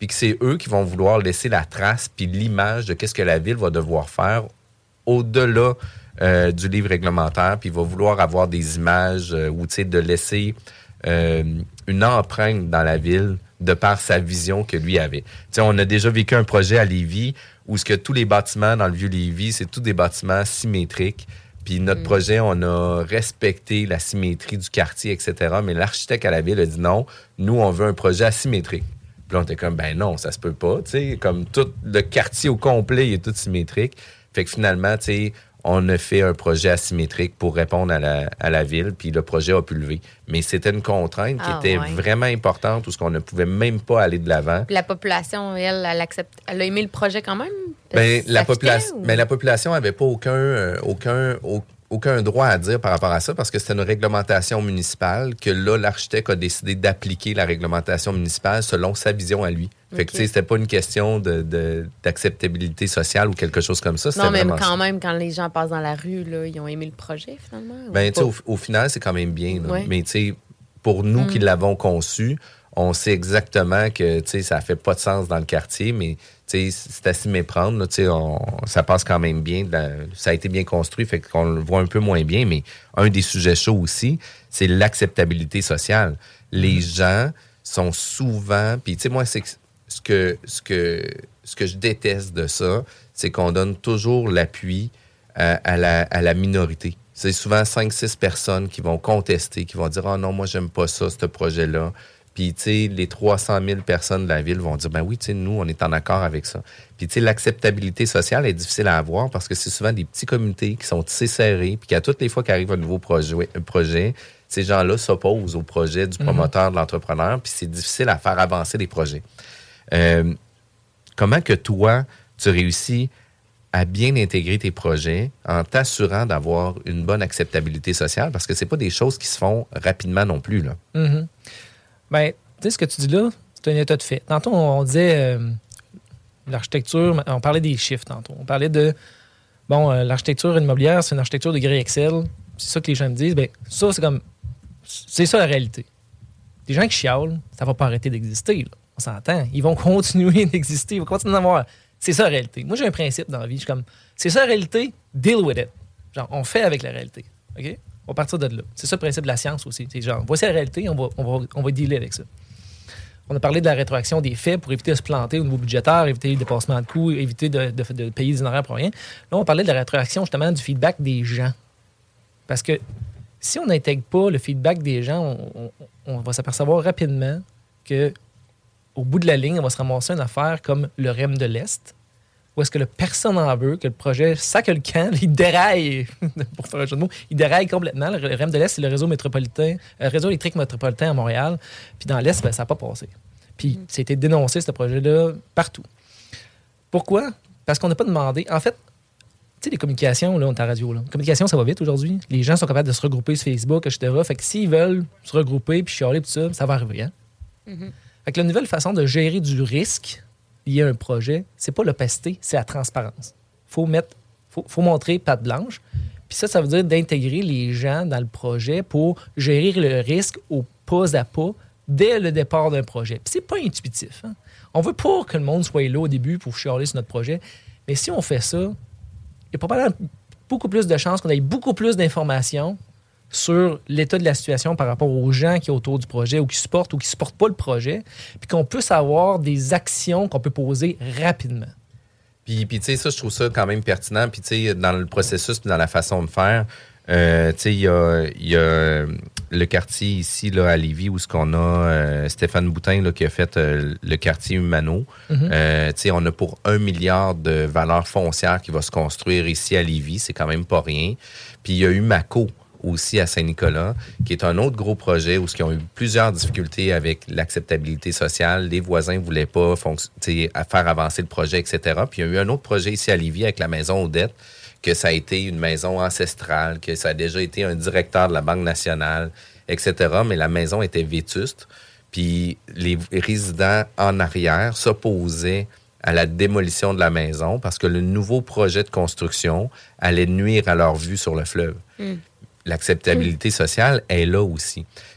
puis que c'est eux qui vont vouloir laisser la trace puis l'image de qu'est-ce que la ville va devoir faire au-delà euh, du livre réglementaire, puis il va vouloir avoir des images euh, ou, tu sais, de laisser euh, une empreinte dans la ville de par sa vision que lui avait. Tu sais, on a déjà vécu un projet à Lévis où ce que tous les bâtiments dans le vieux Lévis, c'est tous des bâtiments symétriques. Puis notre mmh. projet, on a respecté la symétrie du quartier, et cetera. Mais l'architecte à la ville a dit non, nous, on veut un projet asymétrique. Puis là, on était comme, ben non, ça se peut pas. Tu sais, comme tout le quartier au complet, il est tout symétrique. Fait que finalement, tu sais, on a fait un projet asymétrique pour répondre à la, à la ville, puis le projet a pu lever. Mais c'était une contrainte qui ah, était ouais. vraiment importante, où ce qu'on ne pouvait même pas aller de l'avant. Puis la population, elle, elle, accepte, elle a aimé le projet quand même? Ben, la, popula- ou... ben, la population n'avait pas aucun, euh, aucun, au, aucun droit à dire par rapport à ça, parce que c'était une réglementation municipale, que là, l'architecte a décidé d'appliquer la réglementation municipale selon sa vision à lui. Fait okay. que, tu sais, c'était pas une question de, de, d'acceptabilité sociale ou quelque chose comme ça. Non, mais quand ça. même, quand les gens passent dans la rue, là, ils ont aimé le projet, finalement? Ben, tu sais, au, au final, c'est quand même bien. Ouais. Mais, tu sais, pour nous mm. qui l'avons conçu, on sait exactement que, tu sais, ça fait pas de sens dans le quartier, mais, tu sais, c'est à s'y méprendre. Là, tu sais, on, ça passe quand même bien. La, ça a été bien construit, fait qu'on le voit un peu moins bien, mais un des sujets chauds aussi, c'est l'acceptabilité sociale. Les mm. gens sont souvent... Puis, tu sais, moi, c'est... Ce que, ce, que, ce que je déteste de ça, c'est qu'on donne toujours l'appui à, à, la, à la minorité. C'est souvent cinq six personnes qui vont contester, qui vont dire « Ah oh non, moi, j'aime pas ça, ce projet-là. » Puis, tu sais, les trois cent mille personnes de la ville vont dire « Ben oui, tu sais, nous, on est en accord avec ça. » Puis, tu sais, l'acceptabilité sociale est difficile à avoir parce que c'est souvent des petits comités qui sont tissés serrés, puis qu'à toutes les fois qu'arrive un nouveau projet, un projet ces gens-là s'opposent au projet du promoteur, mm-hmm. de l'entrepreneur, puis c'est difficile à faire avancer les projets. Euh, comment que toi, tu réussis à bien intégrer tes projets en t'assurant d'avoir une bonne acceptabilité sociale? Parce que c'est pas des choses qui se font rapidement non plus, là. Mm-hmm. Bien, tu sais, ce que tu dis là, c'est un état de fait. Tantôt, on disait euh, l'architecture, on parlait des chiffres tantôt. On parlait de, bon, euh, l'architecture immobilière, c'est une architecture de grille Excel. C'est ça que les gens me disent. Bien, ça, c'est comme, c'est ça la réalité. Les gens qui chialent, ça va pas arrêter d'exister, là. On s'entend. Ils vont continuer d'exister. Ils vont continuer d'en avoir. C'est ça la réalité. Moi, j'ai un principe dans la vie. Je suis comme, c'est ça la réalité, deal with it. Genre, on fait avec la réalité. OK? On va partir de là. C'est ça le principe de la science aussi. C'est genre, voici la réalité, on va, on va, on va dealer avec ça. On a parlé de la rétroaction des faits pour éviter de se planter au niveau budgétaire, éviter le dépassement de coûts, éviter de, de, de payer des honoraires pour rien. Là, on parlait de la rétroaction, justement, du feedback des gens. Parce que si on n'intègre pas le feedback des gens, on, on, on va s'apercevoir rapidement que au bout de la ligne, on va se ramasser une affaire comme le R E M de l'Est, où est-ce que le personne en veut, que le projet sac le camp, il déraille, pour faire un jeu de mots, il déraille complètement. Le R E M de l'Est, c'est le réseau métropolitain, le réseau électrique métropolitain à Montréal. Puis dans l'Est, ben, ça n'a pas passé. Puis mm. ça a été dénoncé, ce projet-là, partout. Pourquoi? Parce qu'on n'a pas demandé. En fait, tu sais, les communications, là, on est à la radio, là. Les communications, ça va vite aujourd'hui. Les gens sont capables de se regrouper sur Facebook, et cetera. Fait que s'ils veulent se regrouper puis chialer, tout ça, ça va arriver, hein? Mm-hmm. Fait que la nouvelle façon de gérer du risque lié à un projet, c'est pas l'opacité, c'est la transparence. Faut mettre, faut, faut montrer patte blanche. Puis ça, ça veut dire d'intégrer les gens dans le projet pour gérer le risque au pas à pas dès le départ d'un projet. Puis c'est pas intuitif, hein? On veut pas que le monde soit là au début pour chialer sur notre projet. Mais si on fait ça, il y a probablement beaucoup plus de chances qu'on ait beaucoup plus d'informations sur l'état de la situation par rapport aux gens qui sont autour du projet ou qui supportent ou qui ne supportent pas le projet, puis qu'on puisse avoir des actions qu'on peut poser rapidement. Puis, puis tu sais, ça, je trouve ça quand même pertinent. Puis, tu sais, dans le processus puis dans la façon de faire, euh, tu sais, il y a, y a le quartier ici, là, à Lévis, où ce qu'on a euh, Stéphane Boutin, là, qui a fait euh, le quartier Humano. Mm-hmm. Euh, tu sais, on a pour un milliard de valeur foncière qui va se construire ici à Lévis. C'est quand même pas rien. Puis, il y a eu Maco aussi à Saint-Nicolas, qui est un autre gros projet où ils ont eu plusieurs difficultés avec l'acceptabilité sociale. Les voisins ne voulaient pas fonc- faire avancer le projet, et cetera. Puis il y a eu un autre projet ici à Lévis avec la maison Odette, que ça a été une maison ancestrale, que ça a déjà été un directeur de la Banque nationale, et cetera. Mais la maison était vétuste. Puis les résidents en arrière s'opposaient à la démolition de la maison parce que le nouveau projet de construction allait nuire à leur vue sur le fleuve. Mm. L'acceptabilité sociale est là aussi.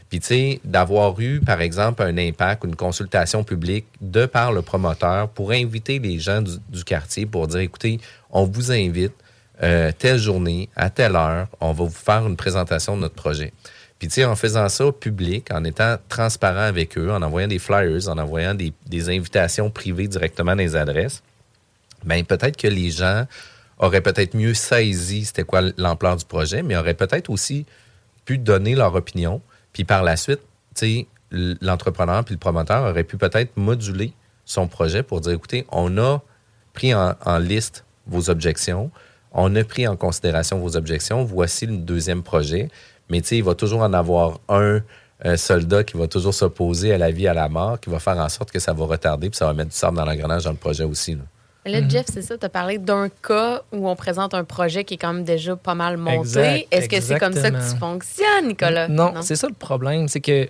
Puis, tu sais, d'avoir eu, par exemple, un impact, une consultation publique de par le promoteur pour inviter les gens du, du quartier pour dire, écoutez, on vous invite euh, telle journée, à telle heure, on va vous faire une présentation de notre projet. Puis, tu sais, en faisant ça public, en étant transparent avec eux, en envoyant des flyers, en envoyant des, des invitations privées directement dans les adresses, bien, peut-être que les gens auraient peut-être mieux saisi c'était quoi l'ampleur du projet, mais auraient peut-être aussi pu donner leur opinion. Puis, par la suite, tu sais, l'entrepreneur puis le promoteur aurait pu peut-être moduler son projet pour dire, écoutez, on a pris en, en liste vos objections, on a pris en considération vos objections, voici le deuxième projet. Mais tu sais, il va toujours en avoir un euh, soldat qui va toujours s'opposer à la vie, à la mort, qui va faire en sorte que ça va retarder puis ça va mettre du sable dans l'engrenage dans le projet aussi. Là, là Mm-hmm. Jeff, c'est ça, tu as parlé d'un cas où on présente un projet qui est quand même déjà pas mal monté. Exact, Est-ce que c'est comme ça que exactement. tu fonctionnes, Nicolas? Non, non, c'est ça le problème. C'est que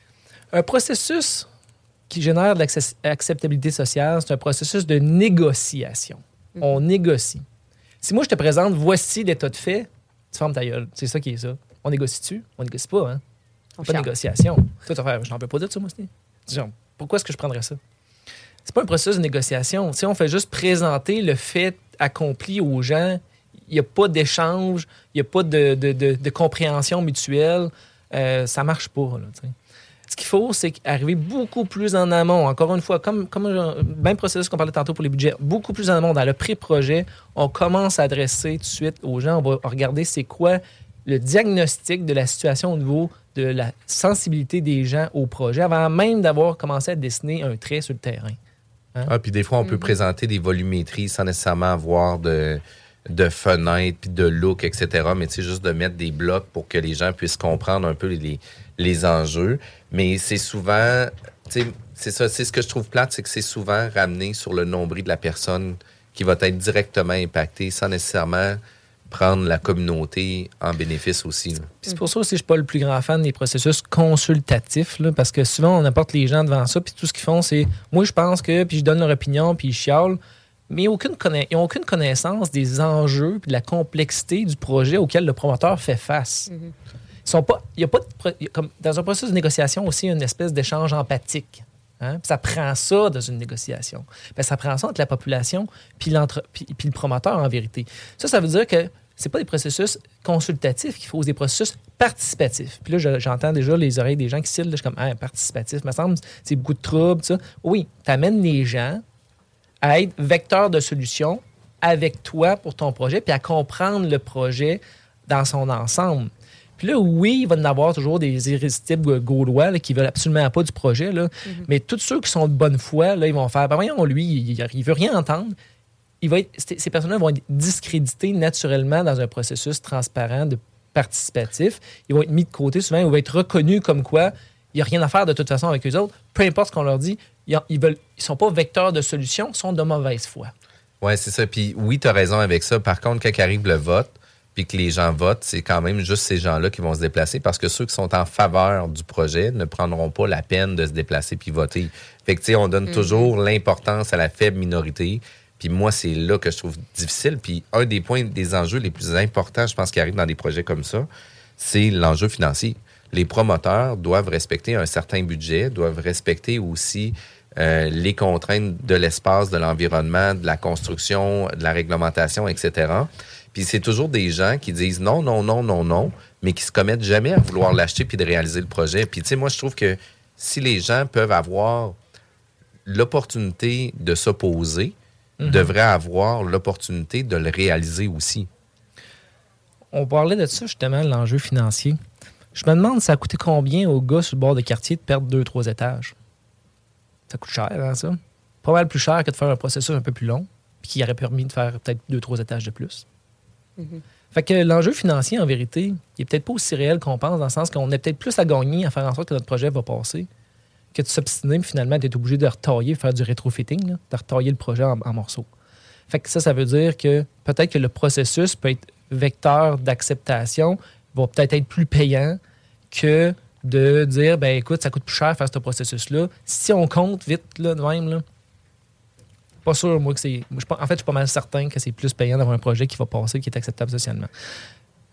un processus qui génère de l'acceptabilité sociale, c'est un processus de négociation. Mm-hmm. On négocie. Si moi, je te présente, voici l'état de fait, tu fermes ta gueule. C'est ça qui est ça. On négocie-tu? On négocie pas, hein? On pas de négociation. Toi, tu vas faire, je n'en peux pas dire ça, moi, c'est genre, pourquoi est-ce que je prendrais ça? C'est pas un processus de négociation. Tu sais, on fait juste présenter le fait accompli aux gens. Il n'y a pas d'échange, il n'y a pas de, de, de, de compréhension mutuelle. Euh, ça marche pas, là, tu sais. Ce qu'il faut, c'est arriver beaucoup plus en amont. Encore une fois, comme, comme le même processus qu'on parlait tantôt pour les budgets, beaucoup plus en amont. Dans le pré-projet, on commence à adresser tout de suite aux gens. On va regarder c'est quoi le diagnostic de la situation au niveau de la sensibilité des gens au projet avant même d'avoir commencé à dessiner un trait sur le terrain. Hein? Ah, puis des fois, on peut Mm-hmm. présenter des volumétries sans nécessairement avoir de, de fenêtres, puis de look, et cetera. Mais tu sais, juste de mettre des blocs pour que les gens puissent comprendre un peu les, les enjeux. Mais c'est souvent, tu sais, c'est ça, c'est ce que je trouve plate, c'est que c'est souvent ramené sur le nombril de la personne qui va être directement impactée sans nécessairement prendre la communauté en bénéfice aussi. Là. Puis c'est pour ça aussi que je ne suis pas le plus grand fan des processus consultatifs, là, parce que souvent, on apporte les gens devant ça, puis tout ce qu'ils font, c'est « moi, je pense que », puis je donne leur opinion, puis ils chialent, mais aucune conna- ils n'ont aucune connaissance des enjeux puis de la complexité du projet auquel le promoteur fait face. Mm-hmm. Ils sont pas, il y a pas de pro- il y a comme dans un processus de négociation aussi, il y a une espèce d'échange empathique. Hein? Puis ça prend ça dans une négociation. Bien, ça prend ça entre la population puis, l'entre... puis, puis le promoteur, en vérité. Ça, ça veut dire que c'est pas des processus consultatifs qu'il faut, c'est des processus participatifs. Puis là, je, j'entends déjà les oreilles des gens qui cillent, là, je suis comme ah, « participatif, me semble, c'est beaucoup de troubles, ça. » Oui, tu amènes les gens à être vecteurs de solutions avec toi pour ton projet puis à comprendre le projet dans son ensemble. Puis là, oui, il va y en avoir toujours des irrésistibles gaulois là, qui ne veulent absolument pas du projet. Là. Mm-hmm. Mais tous ceux qui sont de bonne foi, là, ils vont faire ben voyons, lui, il ne veut rien entendre. Il va être, ces personnes-là vont être discréditées naturellement dans un processus transparent, de participatif. Ils vont être mis de côté souvent, ils vont être reconnus comme quoi il n'y a rien à faire de toute façon avec eux autres. Peu importe ce qu'on leur dit, ils ne sont pas vecteurs de solutions, ils sont de mauvaise foi. Oui, c'est ça. Puis oui, tu as raison avec ça. Par contre, quand arrive le vote, puis que les gens votent, c'est quand même juste ces gens-là qui vont se déplacer parce que ceux qui sont en faveur du projet ne prendront pas la peine de se déplacer puis voter. Fait que, tu sais, on donne mm-hmm. toujours l'importance à la faible minorité. Puis moi, c'est là que je trouve difficile. Puis un des points, des enjeux les plus importants, je pense, qui arrivent dans des projets comme ça, c'est l'enjeu financier. Les promoteurs doivent respecter un certain budget, doivent respecter aussi euh, les contraintes de l'espace, de l'environnement, de la construction, de la réglementation, et cetera. Puis c'est toujours des gens qui disent non, non, non, non, non, mais qui se commettent jamais à vouloir l'acheter puis de réaliser le projet. Puis tu sais, moi, je trouve que si les gens peuvent avoir l'opportunité de s'opposer, mm-hmm. devraient avoir l'opportunité de le réaliser aussi. On parlait de ça, justement, l'enjeu financier. Je me demande, ça a coûté combien aux gars sur le bord de quartier de perdre deux, trois étages? Ça coûte cher, hein, ça? Pas mal plus cher que de faire un processus un peu plus long, puis qui aurait permis de faire peut-être deux, trois étages de plus. Mm-hmm. Fait que l'enjeu financier, en vérité, il est peut-être pas aussi réel qu'on pense, dans le sens qu'on a peut-être plus à gagner à faire en sorte que notre projet va passer que de s'obstiner, puis finalement, d'être obligé de retailler, faire du rétrofitting, là, de retailler le projet en, en morceaux. Fait que ça, ça veut dire que peut-être que le processus peut être vecteur d'acceptation, va peut-être être plus payant que de dire, ben écoute, ça coûte plus cher faire ce processus-là. Si on compte vite, là, de même, là, pas sûr, moi, que c'est... En fait, je suis pas mal certain que c'est plus payant d'avoir un projet qui va passer, qui est acceptable socialement.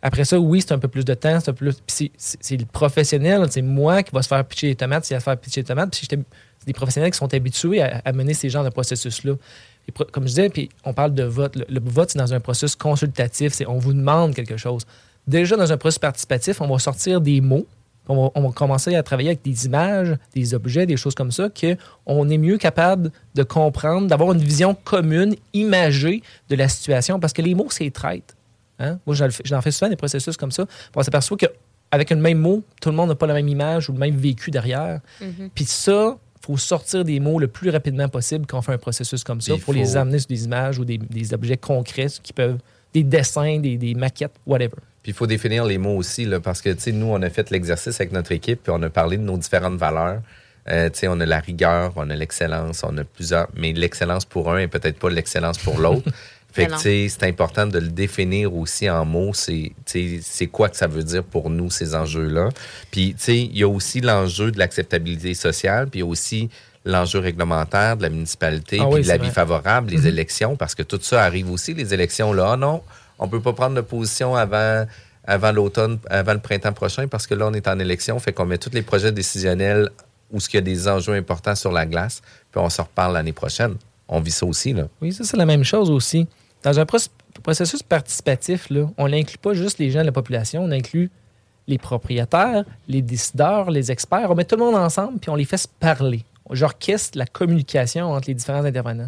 Après ça, oui, c'est un peu plus de temps. C'est, un peu plus, c'est, c'est, c'est le professionnel, c'est moi qui va se faire pitcher les tomates, s'il va se faire pitcher les tomates. Puis c'est des professionnels qui sont habitués à, à mener ces genres de processus-là. Et comme je disais, puis on parle de vote. Le, le vote, c'est dans un processus consultatif. C'est on vous demande quelque chose. Déjà, dans un processus participatif, on va sortir des mots. On va, on va commencer à travailler avec des images, des objets, des choses comme ça, qu'on est mieux capable de comprendre, d'avoir une vision commune, imagée de la situation. Parce que les mots, c'est traite. Hein? Moi, j'en fais, j'en fais souvent des processus comme ça. On s'aperçoit qu'avec le même mot, tout le monde n'a pas la même image ou le même vécu derrière. Mm-hmm. Puis ça... il faut sortir des mots le plus rapidement possible quand on fait un processus comme ça. Il faut, faut les amener sur des images ou des, des objets concrets qui peuvent, des dessins, des, des maquettes, whatever. Puis il faut définir les mots aussi, là, parce que tu sais, nous, on a fait l'exercice avec notre équipe, puis on a parlé de nos différentes valeurs. Euh, tu sais, on a la rigueur, on a l'excellence, on a plusieurs, mais l'excellence pour un et peut-être pas l'excellence pour l'autre. Fait que, tu sais, c'est important de le définir aussi en mots. C'est, tu sais, c'est quoi que ça veut dire pour nous, ces enjeux-là. Puis, tu sais, il y a aussi l'enjeu de l'acceptabilité sociale, puis il y a aussi l'enjeu réglementaire de la municipalité, ah puis oui, de l'avis favorable, les mm-hmm. élections, parce que tout ça arrive aussi, les élections. Là, ah non, on peut pas prendre de position avant, avant l'automne, avant le printemps prochain, parce que là, on est en élection, fait qu'on met tous les projets décisionnels où il y a des enjeux importants sur la glace, puis on se reparle l'année prochaine. On vit ça aussi, là. Oui, ça, c'est la même chose aussi. Dans un processus participatif, là, on n'inclut pas juste les gens de la population, on inclut les propriétaires, les décideurs, les experts. On met tout le monde ensemble puis on les fait se parler. J'orchestre la communication entre les différents intervenants.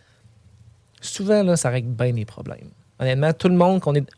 Souvent, là, ça règle bien les problèmes. Honnêtement, tout le monde qu'on est...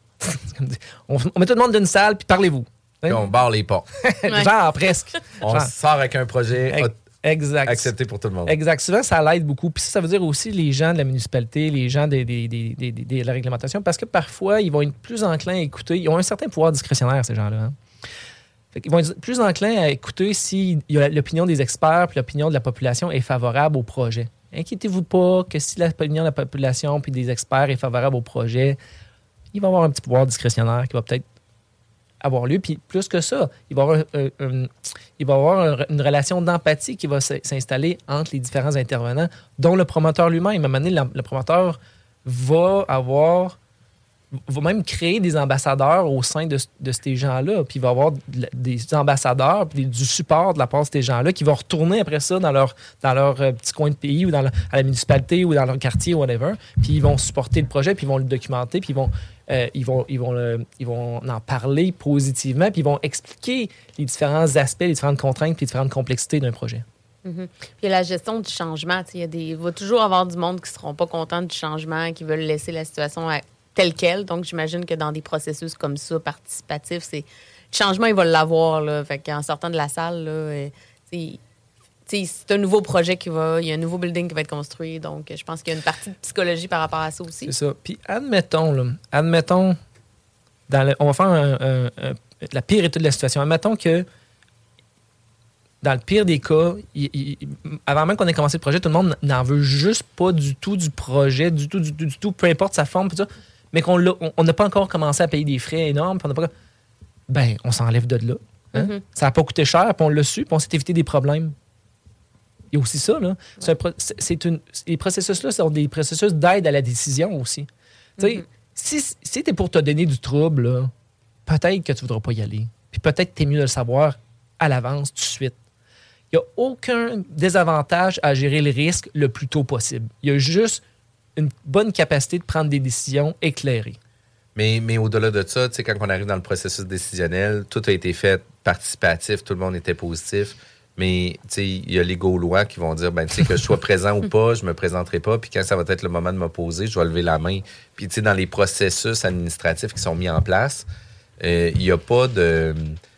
on met tout le monde d'une salle puis parlez-vous. Puis on barre les portes. Genre, presque. On Genre. sort avec un projet... Exact. Accepté pour tout le monde. Exact. Souvent, ça l'aide beaucoup. Puis ça, ça veut dire aussi les gens de la municipalité, les gens des, des, des, des, des, de la réglementation, parce que parfois, ils vont être plus enclins à écouter. Ils ont un certain pouvoir discrétionnaire, ces gens-là. Hein? Fait qu'ils vont être plus enclins à écouter si l'opinion des experts puis l'opinion de la population est favorable au projet. Inquiétez-vous pas que si l'opinion de la population puis des experts est favorable au projet, il va avoir un petit pouvoir discrétionnaire qui va peut-être avoir lieu. Puis plus que ça, il va y avoir, un, un, il va y avoir une relation d'empathie qui va s'installer entre les différents intervenants, dont le promoteur lui-même. À un moment donné, le, le promoteur va avoir, va même créer des ambassadeurs au sein de, de ces gens-là. Puis il va y avoir des ambassadeurs, puis du support de la part de ces gens-là qui vont retourner après ça dans leur, dans leur petit coin de pays ou dans le, à la municipalité ou dans leur quartier, whatever. Puis ils vont supporter le projet, puis ils vont le documenter, puis ils vont... Euh, ils, vont, ils, vont le, ils vont en parler positivement, puis ils vont expliquer les différents aspects, les différentes contraintes, puis les différentes complexités d'un projet. Mm-hmm. Puis la gestion du changement, il y a des, il va toujours avoir du monde qui ne seront pas contents du changement, qui veulent laisser la situation à, telle qu'elle. Donc, j'imagine que dans des processus comme ça, participatifs, c'est, le changement, il va l'avoir. Là. Fait qu'en sortant de la salle, là, c'est, c'est un nouveau projet qui va... Il y a un nouveau building qui va être construit. Donc, je pense qu'il y a une partie de psychologie par rapport à ça aussi. C'est ça. Puis, admettons, là, admettons, dans le, on va faire un, un, un, la pire étude de la situation. Admettons que, dans le pire des cas, il, il, avant même qu'on ait commencé le projet, tout le monde n'en veut juste pas du tout du projet, du tout, du tout, du tout, peu importe sa forme, tout ça, mais qu'on l'a, on n'a pas encore commencé à payer des frais énormes, puis on n'a pas... Ben, on s'enlève de là. Hein? Mm-hmm. Ça n'a pas coûté cher, puis on l'a su, puis on s'est évité des problèmes. Il y a aussi ça, là. Ouais. C'est un pro- c'est, c'est une, les processus-là sont des processus d'aide à la décision aussi. Mm-hmm. Tu sais, si, si t'es pour te donner du trouble, là, peut-être que tu ne voudras pas y aller. Puis peut-être que t'es mieux de le savoir à l'avance, tout de suite. Il n'y a aucun désavantage à gérer le risque le plus tôt possible. Il y a juste une bonne capacité de prendre des décisions éclairées. Mais, mais au-delà de ça, tu sais, quand on arrive dans le processus décisionnel, tout a été fait participatif, tout le monde était positif. Mais il y a les Gaulois qui vont dire ben, que je sois présent ou pas, je me présenterai pas. Puis quand ça va être le moment de m'opposer, je vais lever la main. Puis dans les processus administratifs qui sont mis en place, il euh, n'y a pas de...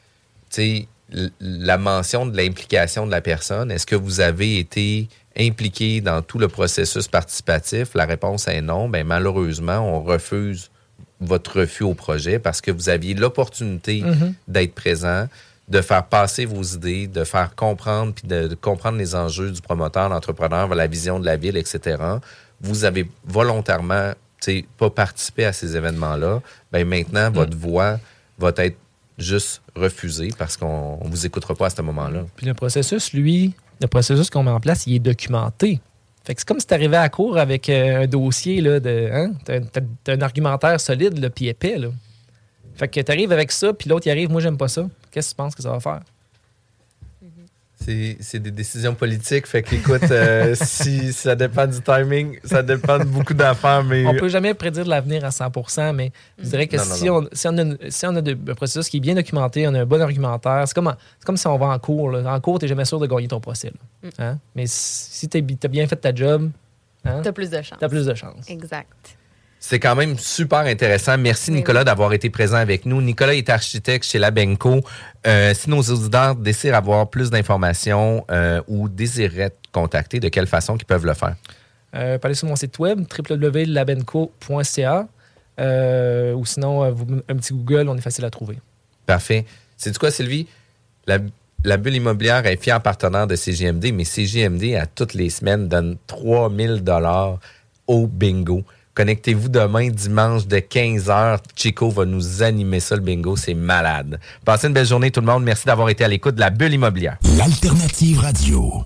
L- la mention de l'implication de la personne. Est-ce que vous avez été impliqué dans tout le processus participatif? La réponse est non. Ben, malheureusement, on refuse votre refus au projet parce que vous aviez l'opportunité mm-hmm. d'être présent, de faire passer vos idées, de faire comprendre puis de, de comprendre les enjeux du promoteur, l'entrepreneur, la vision de la ville, et cetera. Vous avez volontairement pas participé à ces événements-là. Ben maintenant, mm. votre voix va être juste refusée parce qu'on ne vous écoutera pas à ce moment-là. Puis le processus, lui, le processus qu'on met en place, il est documenté. Fait que c'est comme si tu arrivais à la cour avec euh, un dossier, là, de, hein? T'as, t'as, t'as un argumentaire solide, là, puis épais, là. Fait que t'arrives avec ça, puis l'autre, il arrive, moi, j'aime pas ça. Qu'est-ce que tu penses que ça va faire? C'est, c'est des décisions politiques. Fait qu'écoute, euh, si ça dépend du timing, ça dépend de beaucoup d'affaires. Mais... On peut jamais prédire l'avenir à cent pour cent, mais je dirais que non, si, non, on, si, on a, si on a de, un processus qui est bien documenté, on a un bon argumentaire, c'est comme, c'est comme si on va en cours. Là. En cours, tu n'es jamais sûr de gagner ton procès. Là. Hein? Mais si tu as bien fait ta job, hein, tu as plus de chance. Tu as plus de chance. Exact. C'est quand même super intéressant. Merci, oui, Nicolas, oui. d'avoir été présent avec nous. Nicolas est architecte chez Labenco. Euh, si nos auditeurs désirent avoir plus d'informations euh, ou désiraient te contacter, de quelle façon ils peuvent le faire? Euh, aller sur mon site web, w w w point labenco point c a. Euh, ou sinon, euh, un petit Google, on est facile à trouver. Parfait. Sais-tu quoi, Sylvie? La, la bulle immobilière est fière partenaire de C J M D, mais C J M D, à toutes les semaines, donne trois mille dollars au bingo. Connectez-vous demain, dimanche, de quinze heures. Chico va nous animer ça, le bingo. C'est malade. Passez une belle journée, tout le monde. Merci d'avoir été à l'écoute de la bulle immobilière. L'Alternative Radio.